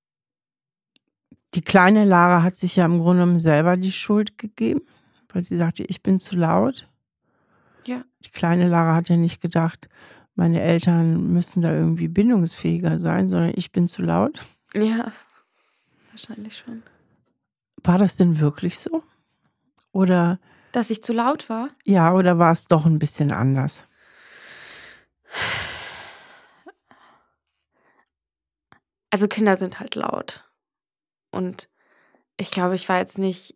die kleine Lara hat sich ja im Grunde genommen selber die Schuld gegeben, weil sie sagte, ich bin zu laut. Ja. Die kleine Lara hat ja nicht gedacht, meine Eltern müssen da irgendwie bindungsfähiger sein, sondern ich bin zu laut. Ja, wahrscheinlich schon. War das denn wirklich so? Oder Dass ich zu laut war? ja, oder war es doch ein bisschen anders? Also Kinder sind halt laut. Und ich glaube, ich war jetzt nicht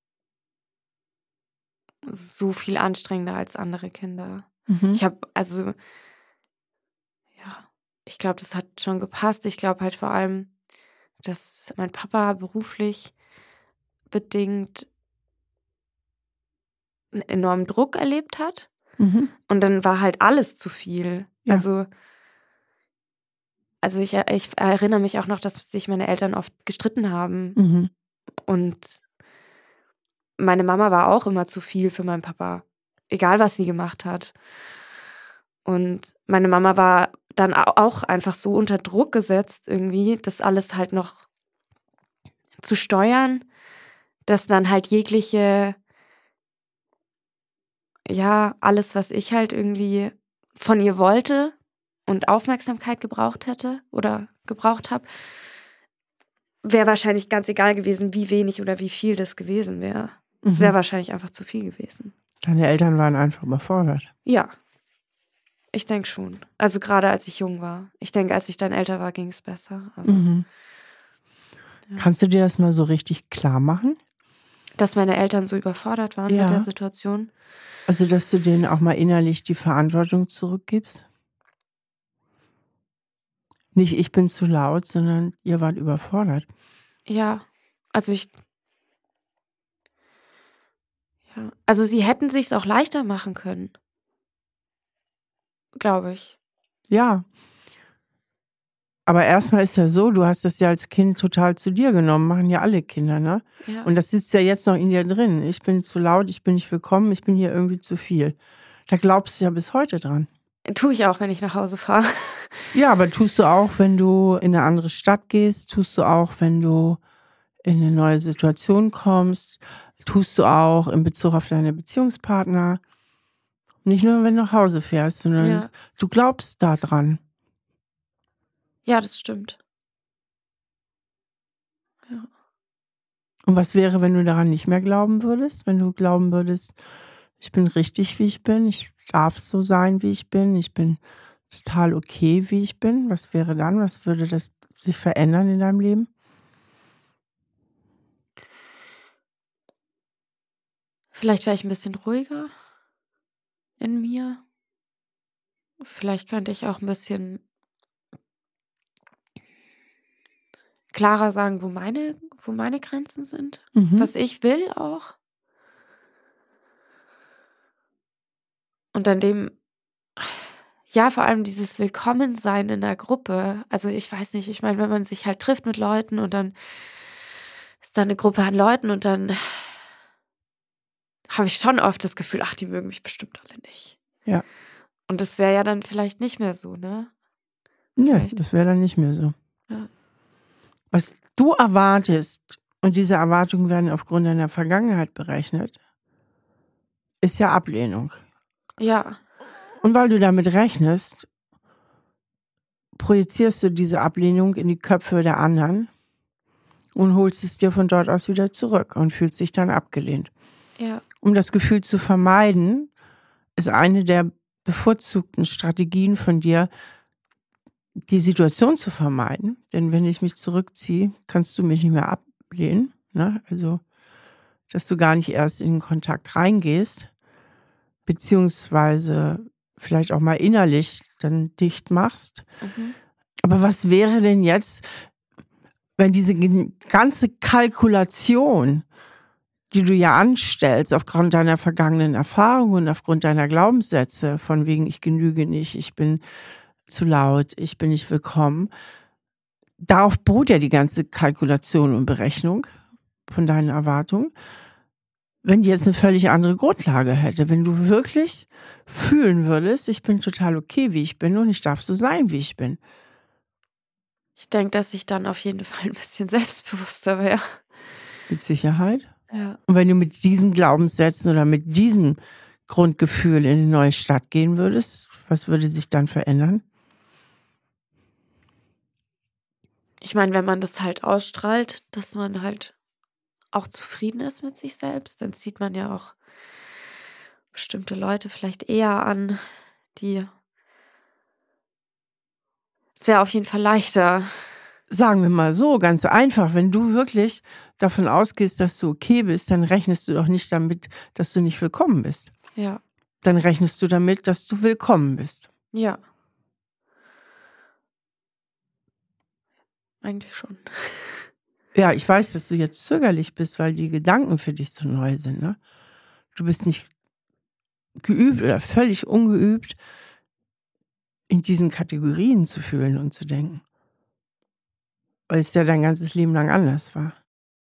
so viel anstrengender als andere Kinder. Mhm. Ich glaube, das hat schon gepasst. Ich glaube halt vor allem, dass mein Papa beruflich bedingt einen enormen Druck erlebt hat. Mhm. Und dann war halt alles zu viel. Ja. Also ich erinnere mich auch noch, dass sich meine Eltern oft gestritten haben. Mhm. Und meine Mama war auch immer zu viel für meinen Papa, egal was sie gemacht hat. Und meine Mama war dann auch einfach so unter Druck gesetzt irgendwie, das alles halt noch zu steuern, dass dann halt jegliche, ja, alles, was ich halt irgendwie von ihr wollte und Aufmerksamkeit gebraucht hätte oder gebraucht habe, wäre wahrscheinlich ganz egal gewesen, wie wenig oder wie viel das gewesen wäre. Es wäre wahrscheinlich einfach zu viel gewesen. Deine Eltern waren einfach überfordert. Ja, ich denke schon. Also gerade als ich jung war. Ich denke, als ich dann älter war, ging es besser. Aber ja. Kannst du dir das mal so richtig klar machen? Dass meine Eltern so überfordert waren Ja. mit der Situation. Also, dass du denen auch mal innerlich die Verantwortung zurückgibst? Nicht, ich bin zu laut, sondern ihr wart überfordert. Ja, also also sie hätten sich's auch leichter machen können. Glaube ich. Ja. Aber erstmal ist ja so, du hast das ja als Kind total zu dir genommen, machen ja alle Kinder, ne? Ja. Und das sitzt ja jetzt noch in dir drin. Ich bin zu laut, ich bin nicht willkommen, ich bin hier irgendwie zu viel. Da glaubst du ja bis heute dran. Tue ich auch, wenn ich nach Hause fahre. Ja, aber tust du auch, wenn du in eine andere Stadt gehst, tust du auch, wenn du in eine neue Situation kommst, tust du auch in Bezug auf deine Beziehungspartner. Nicht nur, wenn du nach Hause fährst, sondern Ja. du glaubst da dran. Ja, das stimmt. Ja. Und was wäre, wenn du daran nicht mehr glauben würdest? Wenn du glauben würdest, ich bin richtig, wie ich bin, ich darf so sein, wie ich bin total okay, wie ich bin. Was wäre dann? Was würde das sich verändern in deinem Leben? Vielleicht wäre ich ein bisschen ruhiger in mir. Vielleicht könnte ich auch ein bisschen klarer sagen, wo meine Grenzen sind. Was ich will auch. Und dann vor allem dieses Willkommensein in der Gruppe. Also ich weiß nicht, ich meine, wenn man sich halt trifft mit Leuten und dann ist da eine Gruppe an Leuten und dann habe ich schon oft das Gefühl, ach, die mögen mich bestimmt alle nicht. Ja. Und das wäre ja dann vielleicht nicht mehr so, ne? Nee, Vielleicht. das wäre dann nicht mehr so. Ja. Was du erwartest, und diese Erwartungen werden aufgrund deiner Vergangenheit berechnet, ist ja Ablehnung. Ja, Und weil du damit rechnest, projizierst du diese Ablehnung in die Köpfe der anderen und holst es dir von dort aus wieder zurück und fühlst dich dann abgelehnt. ja, Um das Gefühl zu vermeiden, ist eine der bevorzugten Strategien von dir, die Situation zu vermeiden. Denn wenn ich mich zurückziehe, kannst du mich nicht mehr ablehnen. Ne? Also, dass du gar nicht erst in den Kontakt reingehst, beziehungsweise vielleicht auch mal innerlich dann dicht machst. Aber was wäre denn jetzt, wenn diese ganze Kalkulation, die du ja anstellst, aufgrund deiner vergangenen Erfahrungen und aufgrund deiner Glaubenssätze, von wegen ich genüge nicht, ich bin zu laut, ich bin nicht willkommen, darauf beruht ja die ganze Kalkulation und Berechnung von deinen Erwartungen. wenn die jetzt eine völlig andere Grundlage hätte, wenn du wirklich fühlen würdest, ich bin total okay, wie ich bin und ich darf so sein, wie ich bin. Ich denke, dass ich dann auf jeden Fall ein bisschen selbstbewusster wäre. Mit Sicherheit. Ja. Und wenn du mit diesen Glaubenssätzen oder mit diesem Grundgefühl in eine neue Stadt gehen würdest, was würde sich dann verändern? Ich meine, wenn man das halt ausstrahlt, dass man halt auch zufrieden ist mit sich selbst, dann zieht man ja auch bestimmte Leute vielleicht eher an, die... Es wäre auf jeden Fall leichter. Sagen wir mal so, ganz einfach, wenn du wirklich davon ausgehst, dass du okay bist, dann rechnest du doch nicht damit, dass du nicht willkommen bist. Ja. Dann rechnest du damit, dass du willkommen bist. Ja. Eigentlich schon. Ja, ich weiß, dass du jetzt zögerlich bist, weil die Gedanken für dich so neu sind. Ne? Du bist nicht geübt oder völlig ungeübt, in diesen Kategorien zu fühlen und zu denken. Weil es ja dein ganzes Leben lang anders war.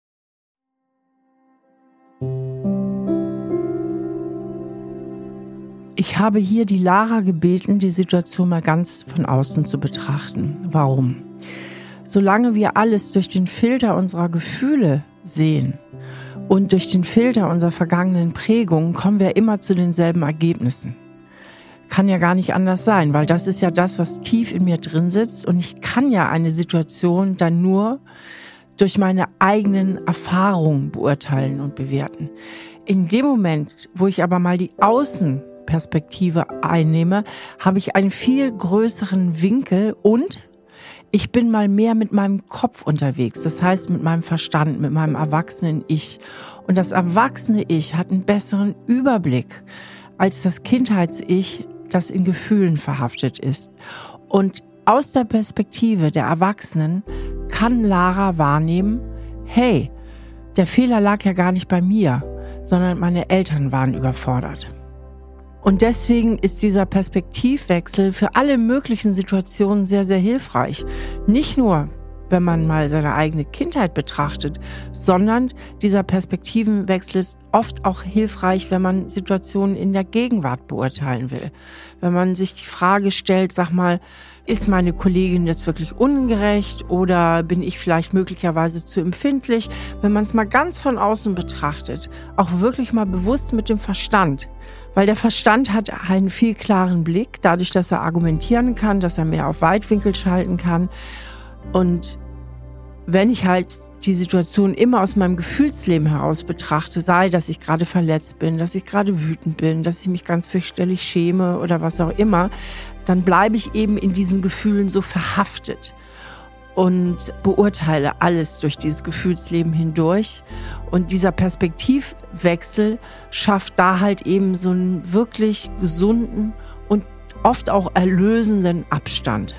Ich habe hier die Lara gebeten, die Situation mal ganz von außen zu betrachten. Warum? Solange wir alles durch den Filter unserer Gefühle sehen und durch den Filter unserer vergangenen Prägungen, kommen wir immer zu denselben Ergebnissen. Kann ja gar nicht anders sein, weil das ist ja das, was tief in mir drin sitzt und ich kann ja eine Situation dann nur durch meine eigenen Erfahrungen beurteilen und bewerten. In dem Moment, wo ich aber mal die Außenperspektive einnehme, habe ich einen viel größeren Winkel und ich bin mal mehr mit meinem Kopf unterwegs, das heißt mit meinem Verstand, mit meinem erwachsenen Ich. Und das erwachsene Ich hat einen besseren Überblick als das Kindheits-Ich, das in Gefühlen verhaftet ist. Und aus der Perspektive der Erwachsenen kann Lara wahrnehmen, hey, der Fehler lag ja gar nicht bei mir, sondern meine Eltern waren überfordert. Und deswegen ist dieser Perspektivwechsel für alle möglichen Situationen sehr, sehr hilfreich. Nicht nur, wenn man mal seine eigene Kindheit betrachtet, sondern dieser Perspektivenwechsel ist oft auch hilfreich, wenn man Situationen in der Gegenwart beurteilen will. Wenn man sich die Frage stellt, sag mal, ist meine Kollegin jetzt wirklich ungerecht oder bin ich vielleicht möglicherweise zu empfindlich? Wenn man es mal ganz von außen betrachtet, auch wirklich mal bewusst mit dem Verstand. Weil der Verstand hat einen viel klaren Blick, dadurch, dass er argumentieren kann, dass er mehr auf Weitwinkel schalten kann. Und wenn ich halt die Situation immer aus meinem Gefühlsleben heraus betrachte, sei, dass ich gerade verletzt bin, dass ich gerade wütend bin, dass ich mich ganz fürchterlich schäme oder was auch immer, dann bleibe ich eben in diesen Gefühlen so verhaftet und beurteile alles durch dieses Gefühlsleben hindurch. Und dieser Perspektivwechsel schafft da halt eben so einen wirklich gesunden und oft auch erlösenden Abstand.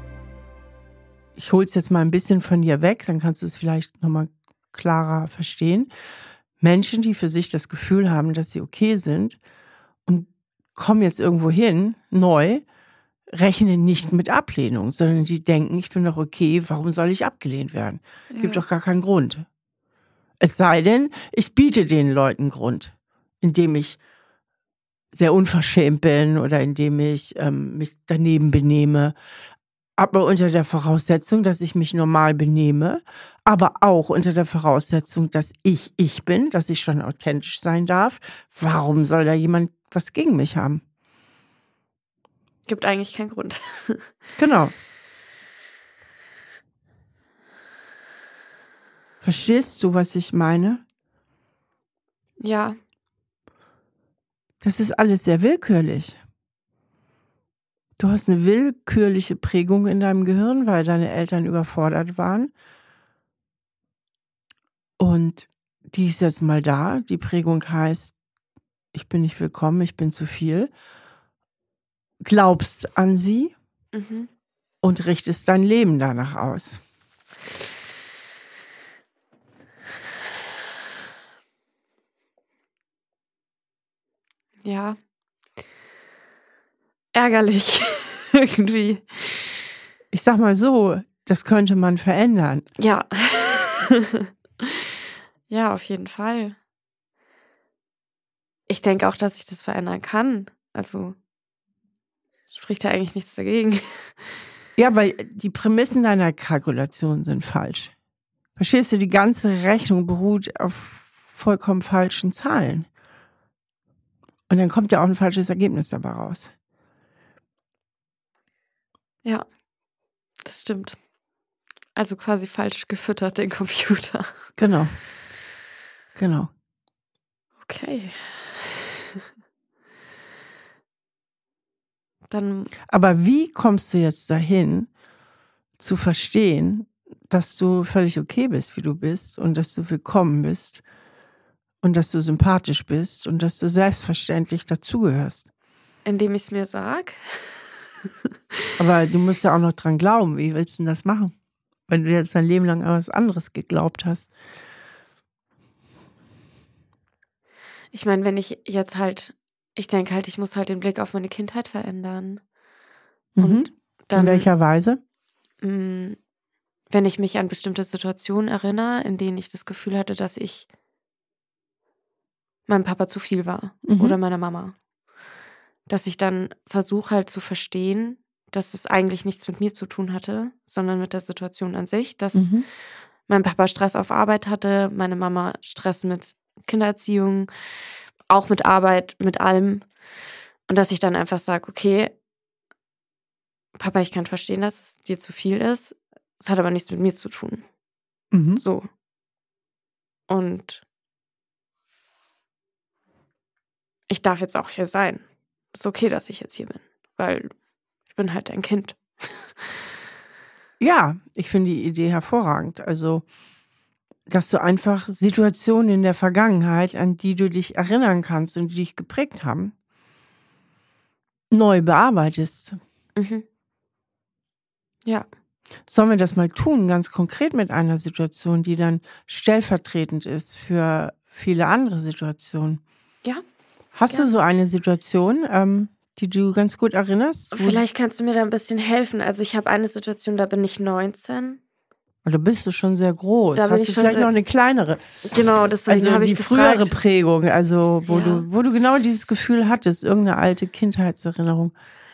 Ich hole es jetzt mal ein bisschen von dir weg, dann kannst du es vielleicht nochmal klarer verstehen. Menschen, die für sich das Gefühl haben, dass sie okay sind und kommen jetzt irgendwo hin, neu, rechnen nicht mit Ablehnung, sondern die denken, ich bin doch okay, warum soll ich abgelehnt werden? Gibt doch gar keinen Grund. Es sei denn, ich biete den Leuten Grund, indem ich sehr unverschämt bin oder indem ich mich daneben benehme. Aber unter der Voraussetzung, dass ich mich normal benehme, aber auch unter der Voraussetzung, dass ich bin, dass ich schon authentisch sein darf. Warum soll da jemand was gegen mich haben? Gibt eigentlich keinen Grund. Genau. Verstehst du, was ich meine? Ja. Das ist alles sehr willkürlich. Du hast eine willkürliche Prägung in deinem Gehirn, weil deine Eltern überfordert waren. Und die ist jetzt mal da. Die Prägung heißt, ich bin nicht willkommen, ich bin zu viel. Glaubst an sie und richtest dein Leben danach aus. Ja. Ärgerlich. Irgendwie. Ich sag mal so, das könnte man verändern. Ja. Ja, auf jeden Fall. ich denke auch, dass ich das verändern kann. Also spricht ja eigentlich nichts dagegen. Ja, weil die Prämissen deiner Kalkulation sind falsch. Verstehst du, die ganze Rechnung beruht auf vollkommen falschen Zahlen. Und dann kommt ja auch ein falsches Ergebnis dabei raus. Ja, das stimmt. Also quasi falsch gefüttert, den Computer. Genau. Okay. Dann. Aber wie kommst du jetzt dahin, zu verstehen, dass du völlig okay bist, wie du bist und dass du willkommen bist und dass du sympathisch bist und dass du selbstverständlich dazugehörst? Indem ich es mir sag. Aber du musst ja auch noch dran glauben. Wie willst du denn das machen? Wenn du jetzt dein Leben lang an was anderes geglaubt hast. Ich meine, wenn ich jetzt halt, ich denke halt, ich muss halt den Blick auf meine Kindheit verändern. Und dann, in welcher Weise? Wenn ich mich an bestimmte Situationen erinnere, in denen ich das Gefühl hatte, dass ich meinem Papa zu viel war oder meiner Mama. Dass ich dann versuche halt zu verstehen, dass es eigentlich nichts mit mir zu tun hatte, sondern mit der Situation an sich, dass mein Papa Stress auf Arbeit hatte, meine Mama Stress mit Kindererziehung, auch mit Arbeit, mit allem. Und dass ich dann einfach sage, okay, Papa, ich kann verstehen, dass es dir zu viel ist. Es hat aber nichts mit mir zu tun. So. Und ich darf jetzt auch hier sein. Ist okay, dass ich jetzt hier bin, weil ich bin halt ein Kind. Ja, ich finde die Idee hervorragend. Also, dass du einfach Situationen in der Vergangenheit, an die du dich erinnern kannst und die dich geprägt haben, neu bearbeitest. Ja. Sollen wir das mal tun, ganz konkret mit einer Situation, die dann stellvertretend ist für viele andere Situationen? Ja. Hast du so eine Situation, die du ganz gut erinnerst? Vielleicht kannst du mir da ein bisschen helfen. Also ich habe eine Situation, da bin ich 19. Da bist du schon sehr groß. Da bin Hast ich du schon vielleicht sehr- noch eine kleinere? Genau, deswegen Also habe die ich frühere gefragt. Prägung, also wo Ja. du genau dieses Gefühl hattest, irgendeine alte Kindheitserinnerung.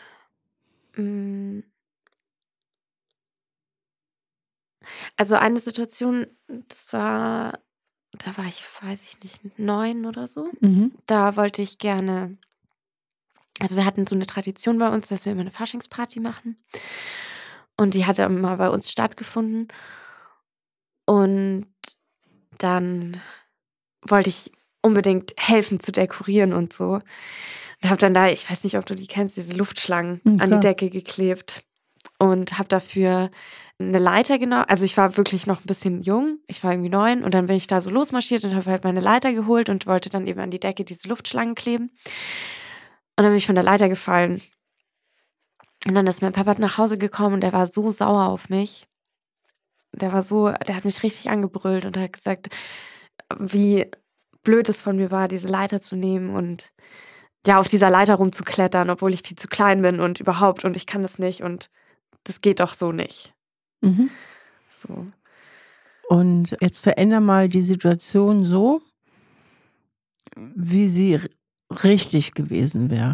Also eine Situation, da war ich, weiß ich nicht, 9 oder so. Da wollte ich gerne, also wir hatten so eine Tradition bei uns, dass wir immer eine Faschingsparty machen. Und die hatte immer bei uns stattgefunden. Und dann wollte ich unbedingt helfen zu dekorieren und so. Und habe dann da, ich weiß nicht, ob du die kennst, diese Luftschlangen an die Decke geklebt. Und habe dafür eine Leiter genommen. Also ich war wirklich noch ein bisschen jung. Ich war irgendwie 9. Und dann bin ich da so losmarschiert und habe halt meine Leiter geholt und wollte dann eben an die Decke diese Luftschlangen kleben. Und dann bin ich von der Leiter gefallen. Und dann ist mein Papa nach Hause gekommen und der war so sauer auf mich. Der hat mich richtig angebrüllt und hat gesagt, wie blöd es von mir war, diese Leiter zu nehmen und ja, auf dieser Leiter rumzuklettern, obwohl ich viel zu klein bin und überhaupt und ich kann das nicht und das geht doch so nicht. So. Und jetzt veränder mal die Situation so, wie sie richtig gewesen wäre.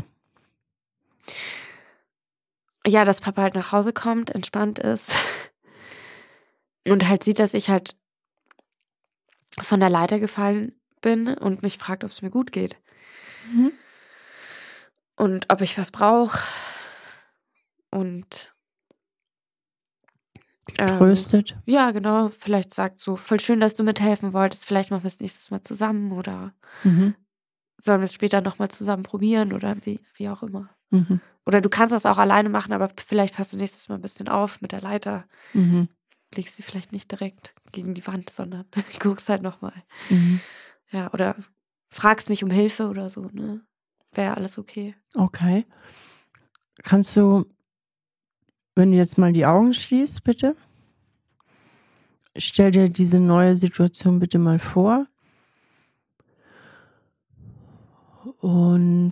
Ja, dass Papa halt nach Hause kommt, entspannt ist und halt sieht, dass ich halt von der Leiter gefallen bin und mich fragt, ob es mir gut geht. Und ob ich was brauche. Und Tröstet. Ja, genau. Vielleicht sagt so, voll schön, dass du mithelfen wolltest. Vielleicht machen wir es nächstes Mal zusammen oder sollen wir es später nochmal zusammen probieren oder wie auch immer. Oder du kannst das auch alleine machen, aber vielleicht passt du nächstes Mal ein bisschen auf mit der Leiter. Legst sie vielleicht nicht direkt gegen die Wand, sondern guckst halt nochmal. Ja, oder fragst mich um Hilfe oder so, ne? Wäre alles okay. Okay. Kannst du, wenn du jetzt mal die Augen schließt, bitte, stell dir diese neue Situation bitte mal vor. Und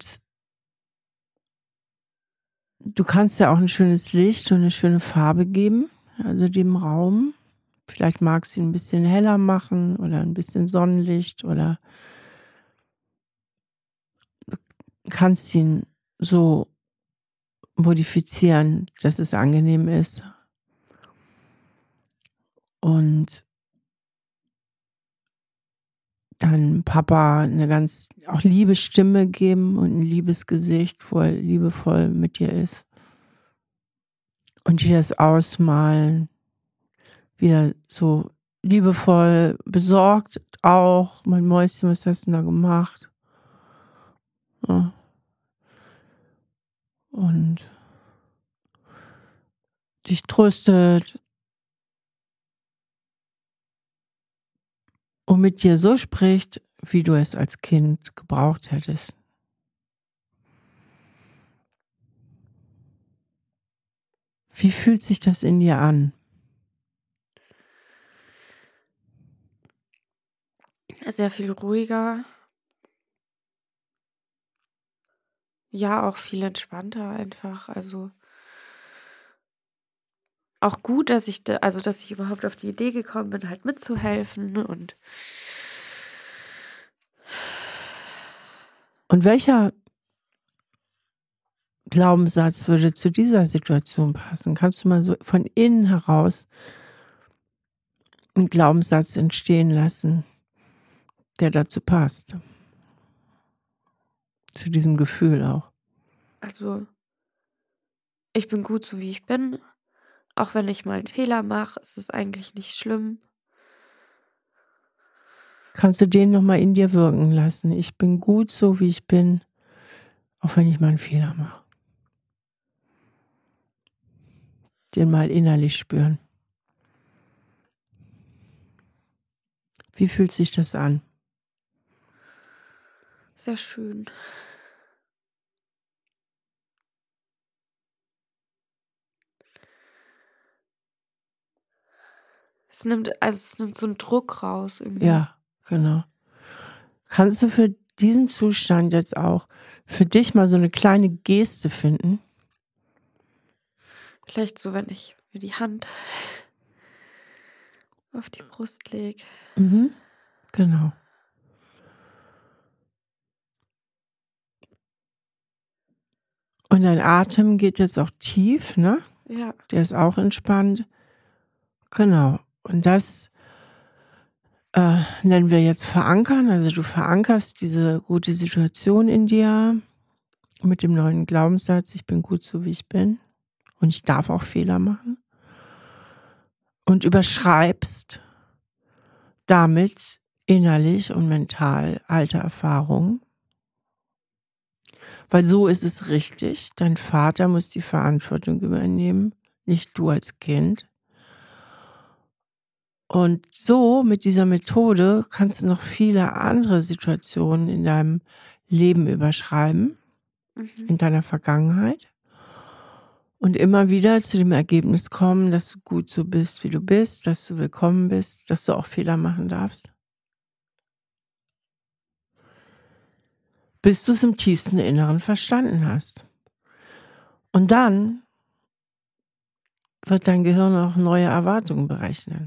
du kannst ja auch ein schönes Licht und eine schöne Farbe geben, also dem Raum. Vielleicht magst du ihn ein bisschen heller machen oder ein bisschen Sonnenlicht oder kannst ihn so modifizieren, dass es angenehm ist. Und dann Papa eine ganz auch liebe Stimme geben und ein liebes Gesicht, wo er liebevoll mit dir ist. Und dir das ausmalen, wie er so liebevoll besorgt auch, mein Mäuschen, was hast du denn da gemacht? Ja. Und dich tröstet und mit dir so spricht, wie du es als Kind gebraucht hättest. Wie fühlt sich das in dir an? Sehr viel ruhiger. Ja, auch viel entspannter einfach. Also auch gut, dass ich überhaupt auf die Idee gekommen bin, halt mitzuhelfen. Und welcher Glaubenssatz würde zu dieser Situation passen? Kannst du mal so von innen heraus einen Glaubenssatz entstehen lassen, der dazu passt? Zu diesem Gefühl auch. also, ich bin gut so wie ich bin. Auch wenn ich mal einen Fehler mache, ist es eigentlich nicht schlimm. Kannst du den nochmal in dir wirken lassen? Ich bin gut so wie ich bin, auch wenn ich mal einen Fehler mache. Den mal innerlich spüren. Wie fühlt sich das an? Sehr schön. Es nimmt so einen Druck raus irgendwie. Ja, genau. Kannst du für diesen Zustand jetzt auch für dich mal so eine kleine Geste finden? Vielleicht so, wenn ich mir die Hand auf die Brust lege. Genau. Und dein Atem geht jetzt auch tief, ne? Ja. Der ist auch entspannt. Genau. Und das nennen wir jetzt verankern. Also du verankerst diese gute Situation in dir mit dem neuen Glaubenssatz, ich bin gut so wie ich bin und ich darf auch Fehler machen. Und überschreibst damit innerlich und mental alte Erfahrungen. Weil so ist es richtig. Dein Vater muss die Verantwortung übernehmen, nicht du als Kind. Und so mit dieser Methode kannst du noch viele andere Situationen in deinem Leben überschreiben, in deiner Vergangenheit. Und immer wieder zu dem Ergebnis kommen, dass du gut so bist, wie du bist, dass du willkommen bist, dass du auch Fehler machen darfst. Bis du es im tiefsten Inneren verstanden hast. Und dann wird dein Gehirn auch neue Erwartungen berechnen.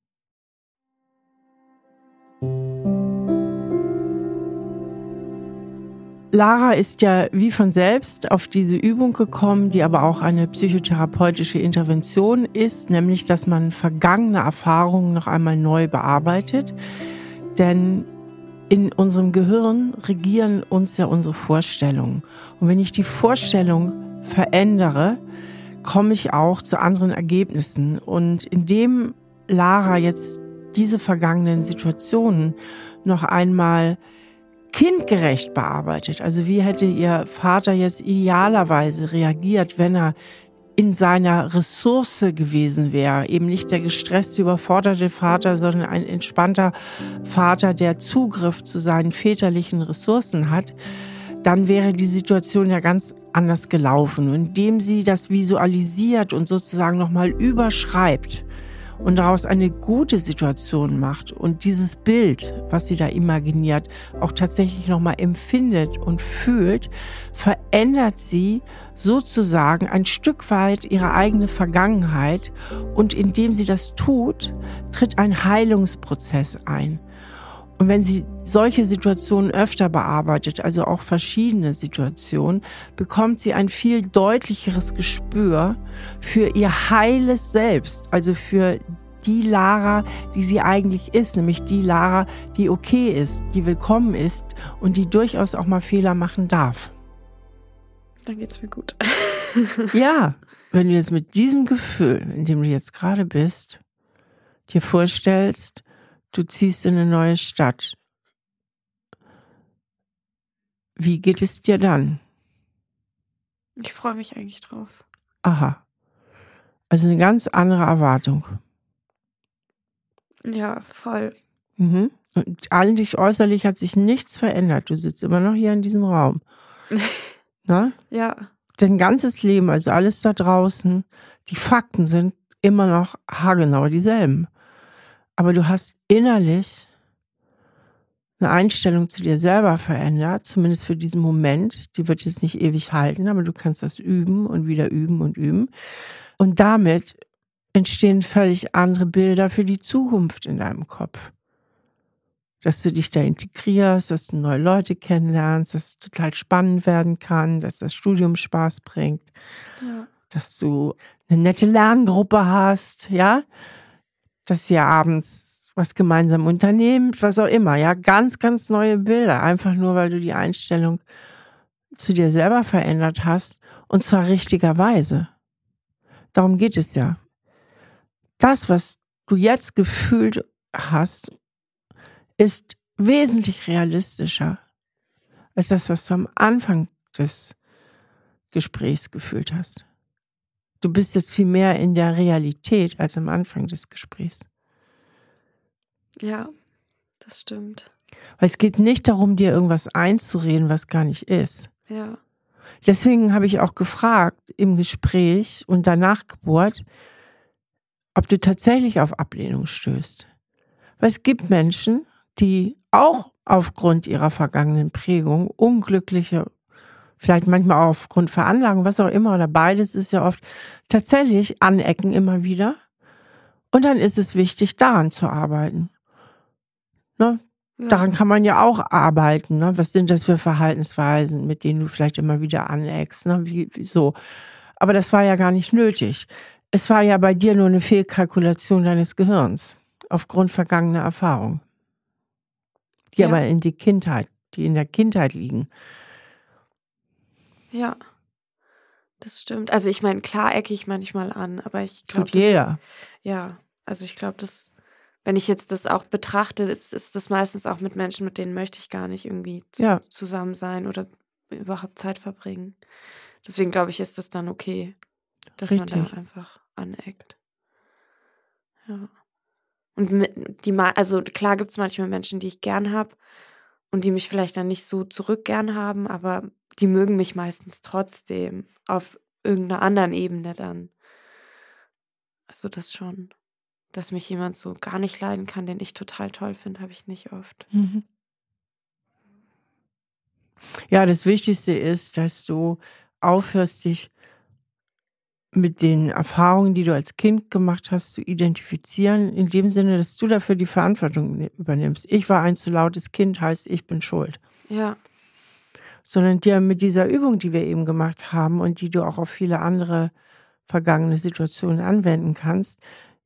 Lara ist ja wie von selbst auf diese Übung gekommen, die aber auch eine psychotherapeutische Intervention ist, nämlich, dass man vergangene Erfahrungen noch einmal neu bearbeitet. Denn in unserem Gehirn regieren uns ja unsere Vorstellungen. Und wenn ich die Vorstellung verändere, komme ich auch zu anderen Ergebnissen. Und indem Lara jetzt diese vergangenen Situationen noch einmal kindgerecht bearbeitet, also wie hätte ihr Vater jetzt idealerweise reagiert, wenn er in seiner Ressource gewesen wäre, eben nicht der gestresste, überforderte Vater, sondern ein entspannter Vater, der Zugriff zu seinen väterlichen Ressourcen hat, dann wäre die Situation ja ganz anders gelaufen. Und indem sie das visualisiert und sozusagen nochmal überschreibt und daraus eine gute Situation macht und dieses Bild, was sie da imaginiert, auch tatsächlich nochmal empfindet und fühlt, verändert sie sozusagen ein Stück weit ihre eigene Vergangenheit. Und indem sie das tut, tritt ein Heilungsprozess ein. Und wenn sie solche Situationen öfter bearbeitet, also auch verschiedene Situationen, bekommt sie ein viel deutlicheres Gespür für ihr heiles Selbst, also für die Lara, die sie eigentlich ist, nämlich die Lara, die okay ist, die willkommen ist und die durchaus auch mal Fehler machen darf. Dann geht's mir gut. Ja, wenn du jetzt mit diesem Gefühl, in dem du jetzt gerade bist, dir vorstellst, du ziehst in eine neue Stadt. Wie geht es dir dann? Ich freue mich eigentlich drauf. Aha. Also eine ganz andere Erwartung. Ja, voll. Mhm. Und eigentlich äußerlich hat sich nichts verändert. Du sitzt immer noch hier in diesem Raum. Na? Ja. Dein ganzes Leben, also alles da draußen, die Fakten sind immer noch haargenau dieselben. Aber du hast innerlich eine Einstellung zu dir selber verändert, zumindest für diesen Moment. Die wird jetzt nicht ewig halten, aber du kannst das üben und wieder üben und üben. Und damit entstehen völlig andere Bilder für die Zukunft in deinem Kopf. Dass du dich da integrierst, dass du neue Leute kennenlernst, dass es total spannend werden kann, dass das Studium Spaß bringt, Ja. dass du eine nette Lerngruppe hast, ja, dass ihr abends was gemeinsam unternehmt, was auch immer, ja, ganz, ganz neue Bilder, einfach nur, weil du die Einstellung zu dir selber verändert hast und zwar richtigerweise. Darum geht es ja. Das, was du jetzt gefühlt hast, ist wesentlich realistischer als das, was du am Anfang des Gesprächs gefühlt hast. Du bist jetzt viel mehr in der Realität als am Anfang des Gesprächs. Ja, das stimmt. Weil es geht nicht darum, dir irgendwas einzureden, was gar nicht ist. Ja. Deswegen habe ich auch gefragt im Gespräch und danach Geburt, ob du tatsächlich auf Ablehnung stößt. Weil es gibt Menschen, die auch aufgrund ihrer vergangenen Prägung unglückliche, vielleicht manchmal auch aufgrund Veranlagung, was auch immer, oder beides ist ja oft, tatsächlich anecken immer wieder. Und dann ist es wichtig, daran zu arbeiten. Ne? Ja. Daran kann man ja auch arbeiten. Ne? Was sind das für Verhaltensweisen, mit denen du vielleicht immer wieder aneckst? Ne? Wie so. Aber das war ja gar nicht nötig. Es war ja bei dir nur eine Fehlkalkulation deines Gehirns aufgrund vergangener Erfahrungen, die aber in der Kindheit liegen. Ja, das stimmt. Also ich meine, klar ecke ich manchmal an, aber ich glaube, Tut jeder. Ja, also ich glaube, wenn ich jetzt das auch betrachte, ist das meistens auch mit Menschen, mit denen möchte ich gar nicht irgendwie zusammen sein oder überhaupt Zeit verbringen. Deswegen glaube ich, ist das dann okay, dass man da einfach aneckt. Ja. Und also klar gibt es manchmal Menschen, die ich gern habe und die mich vielleicht dann nicht so zurück gern haben, aber die mögen mich meistens trotzdem auf irgendeiner anderen Ebene dann. Also das schon. Dass mich jemand so gar nicht leiden kann, den ich total toll finde, habe ich nicht oft. Mhm. Ja, das Wichtigste ist, dass du aufhörst, dich mit den Erfahrungen, die du als Kind gemacht hast, zu identifizieren, in dem Sinne, dass du dafür die Verantwortung übernimmst. Ich war ein zu lautes Kind, heißt, ich bin schuld. Ja. Sondern dir mit dieser Übung, die wir eben gemacht haben und die du auch auf viele andere vergangene Situationen anwenden kannst,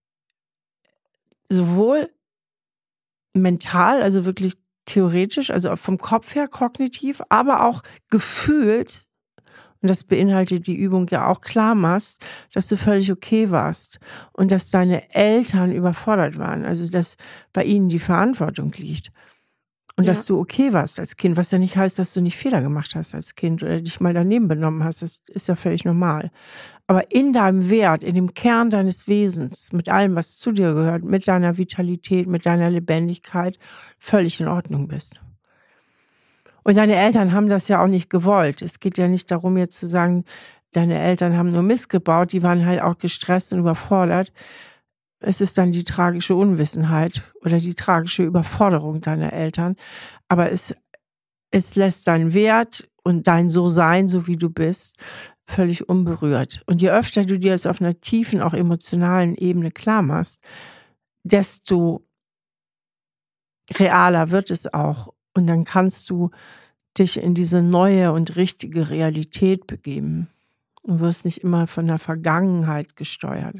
sowohl mental, also wirklich theoretisch, also vom Kopf her kognitiv, aber auch gefühlt, und das beinhaltet die Übung ja auch, klar machst, dass du völlig okay warst und dass deine Eltern überfordert waren, also dass bei ihnen die Verantwortung liegt. Und dass du okay warst als Kind, was ja nicht heißt, dass du nicht Fehler gemacht hast als Kind oder dich mal daneben benommen hast, das ist ja völlig normal. Aber in deinem Wert, in dem Kern deines Wesens, mit allem, was zu dir gehört, mit deiner Vitalität, mit deiner Lebendigkeit, völlig in Ordnung bist. Und deine Eltern haben das ja auch nicht gewollt. Es geht ja nicht darum, jetzt zu sagen, deine Eltern haben nur Mist gebaut, die waren halt auch gestresst und überfordert. Es ist dann die tragische Unwissenheit oder die tragische Überforderung deiner Eltern. Aber es lässt deinen Wert und dein So-Sein, so wie du bist, völlig unberührt. Und je öfter du dir es auf einer tiefen, auch emotionalen Ebene klar machst, desto realer wird es auch. Und dann kannst du dich in diese neue und richtige Realität begeben und wirst nicht immer von der Vergangenheit gesteuert.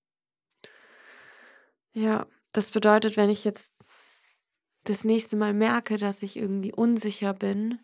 Ja, das bedeutet, wenn ich jetzt das nächste Mal merke, dass ich irgendwie unsicher bin,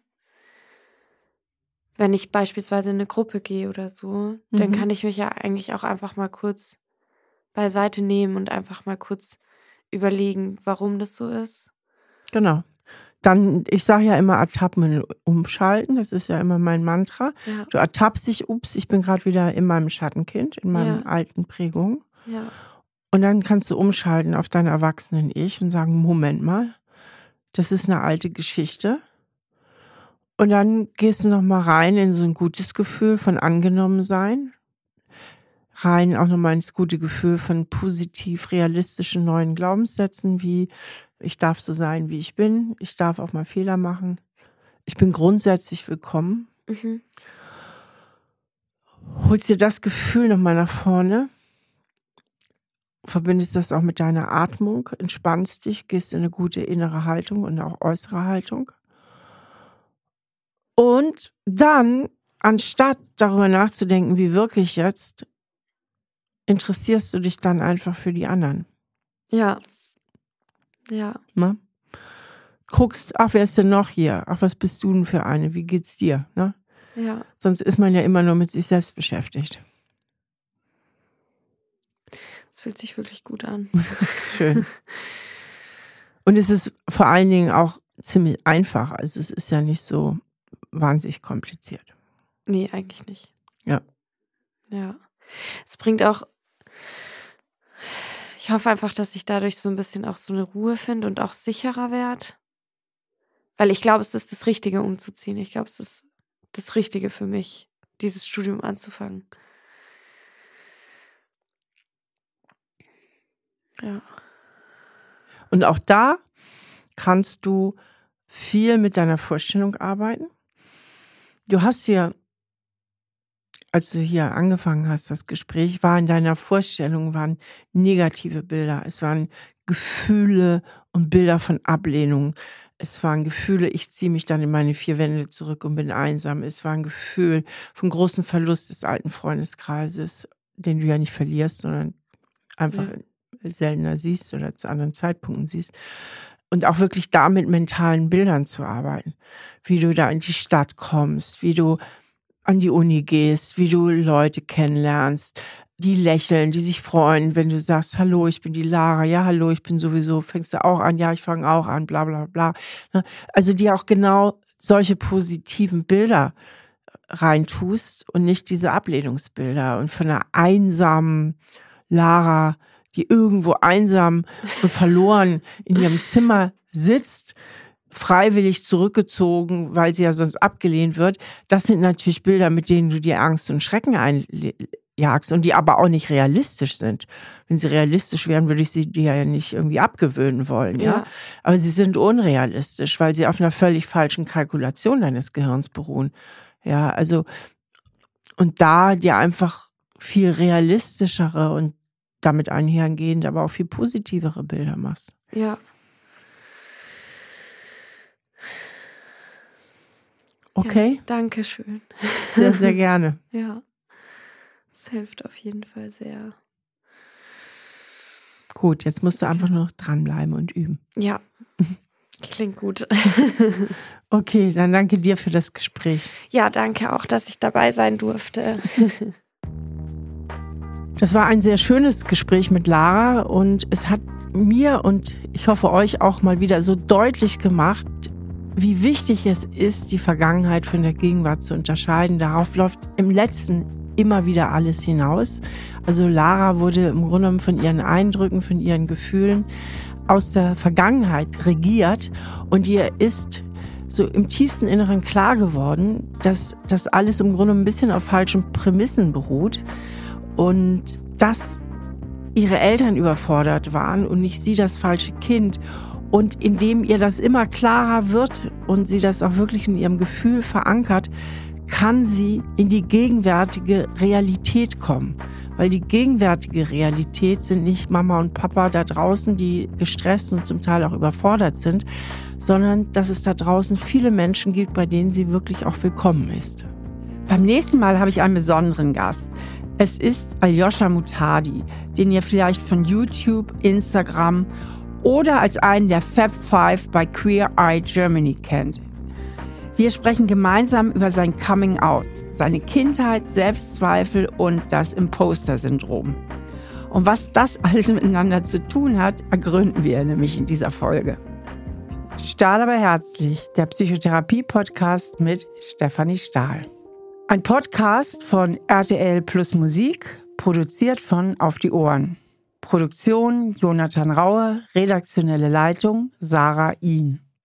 wenn ich beispielsweise in eine Gruppe gehe oder so, dann kann ich mich ja eigentlich auch einfach mal kurz beiseite nehmen und einfach mal kurz überlegen, warum das so ist. Genau. Dann, ich sage ja immer ertappen und umschalten, das ist ja immer mein Mantra. Ja. Du ertappst dich, ich bin gerade wieder in meinem Schattenkind, in meinen alten Prägungen. Ja. Und dann kannst du umschalten auf dein Erwachsenen-Ich und sagen, Moment mal, das ist eine alte Geschichte. Und dann gehst du nochmal rein in so ein gutes Gefühl von Angenommensein. Rein auch nochmal ins gute Gefühl von positiv realistischen neuen Glaubenssätzen wie ich darf so sein, wie ich bin. Ich darf auch mal Fehler machen. Ich bin grundsätzlich willkommen. Holst dir das Gefühl nochmal nach vorne. Verbindest das auch mit deiner Atmung. Entspannst dich, gehst in eine gute innere Haltung und auch äußere Haltung. Und dann, anstatt darüber nachzudenken, wie wirklich jetzt, interessierst du dich dann einfach für die anderen. Ja. Ja. Ne? Guckst, ach, wer ist denn noch hier? Ach, was bist du denn für eine? Wie geht's dir? Ne? Ja. Sonst ist man ja immer nur mit sich selbst beschäftigt. Das fühlt sich wirklich gut an. Schön. Und es ist vor allen Dingen auch ziemlich einfach. Also es ist ja nicht so wahnsinnig kompliziert. Nee, eigentlich nicht. Ja. Ja. Es bringt auch, ich hoffe einfach, dass ich dadurch so ein bisschen auch so eine Ruhe finde und auch sicherer werde. Weil ich glaube, es ist das Richtige, umzuziehen. Ich glaube, es ist das Richtige für mich, dieses Studium anzufangen. Ja. Und auch da kannst du viel mit deiner Vorstellung arbeiten. Du hast hier, als du hier angefangen hast, das Gespräch, war in deiner Vorstellung, waren negative Bilder. Es waren Gefühle und Bilder von Ablehnung. Es waren Gefühle, ich ziehe mich dann in meine 4 Wände zurück und bin einsam. Es war ein Gefühl von großem Verlust des alten Freundeskreises, den du ja nicht verlierst, sondern einfach seltener siehst oder zu anderen Zeitpunkten siehst. Und auch wirklich da mit mentalen Bildern zu arbeiten. Wie du da in die Stadt kommst, wie du an die Uni gehst, wie du Leute kennenlernst, die lächeln, die sich freuen, wenn du sagst, hallo, ich bin die Lara, ja, hallo, ich bin sowieso, fängst du auch an, ja, ich fange auch an, bla bla bla. Also die auch genau solche positiven Bilder reintust und nicht diese Ablehnungsbilder und von einer einsamen Lara, die irgendwo einsam und verloren in ihrem Zimmer sitzt, freiwillig zurückgezogen, weil sie ja sonst abgelehnt wird. Das sind natürlich Bilder, mit denen du dir Angst und Schrecken einjagst und die aber auch nicht realistisch sind. Wenn sie realistisch wären, würde ich sie dir ja nicht irgendwie abgewöhnen wollen, ja. Aber sie sind unrealistisch, weil sie auf einer völlig falschen Kalkulation deines Gehirns beruhen. Ja, also, und da dir einfach viel realistischere und damit einhergehend, aber auch viel positivere Bilder machst. Ja. Okay? Ja, danke schön. Sehr, sehr gerne. Ja. Es hilft auf jeden Fall sehr. Gut, jetzt musst du einfach nur noch dranbleiben und üben. Ja. Klingt gut. Okay, dann danke dir für das Gespräch. Ja, danke auch, dass ich dabei sein durfte. Das war ein sehr schönes Gespräch mit Lara und es hat mir und ich hoffe euch auch mal wieder so deutlich gemacht, wie wichtig es ist, die Vergangenheit von der Gegenwart zu unterscheiden. Darauf läuft im Letzten immer wieder alles hinaus. Also Lara wurde im Grunde genommen von ihren Eindrücken, von ihren Gefühlen aus der Vergangenheit regiert und ihr ist so im tiefsten Inneren klar geworden, dass das alles im Grunde ein bisschen auf falschen Prämissen beruht und dass ihre Eltern überfordert waren und nicht sie das falsche Kind. Und indem ihr das immer klarer wird und sie das auch wirklich in ihrem Gefühl verankert, kann sie in die gegenwärtige Realität kommen. Weil die gegenwärtige Realität sind nicht Mama und Papa da draußen, die gestresst und zum Teil auch überfordert sind, sondern dass es da draußen viele Menschen gibt, bei denen sie wirklich auch willkommen ist. Beim nächsten Mal habe ich einen besonderen Gast. Es ist Aljoscha Mutadi, den ihr vielleicht von YouTube, Instagram oder als einen der Fab Five bei Queer Eye Germany kennt. Wir sprechen gemeinsam über sein Coming Out, seine Kindheit, Selbstzweifel und das Imposter-Syndrom. Und was das alles miteinander zu tun hat, ergründen wir nämlich in dieser Folge. Stahl aber herzlich, der Psychotherapie-Podcast mit Stefanie Stahl. Ein Podcast von RTL Plus Musik, produziert von Auf die Ohren. Produktion Jonathan Raue, redaktionelle Leitung Sarah Ihn.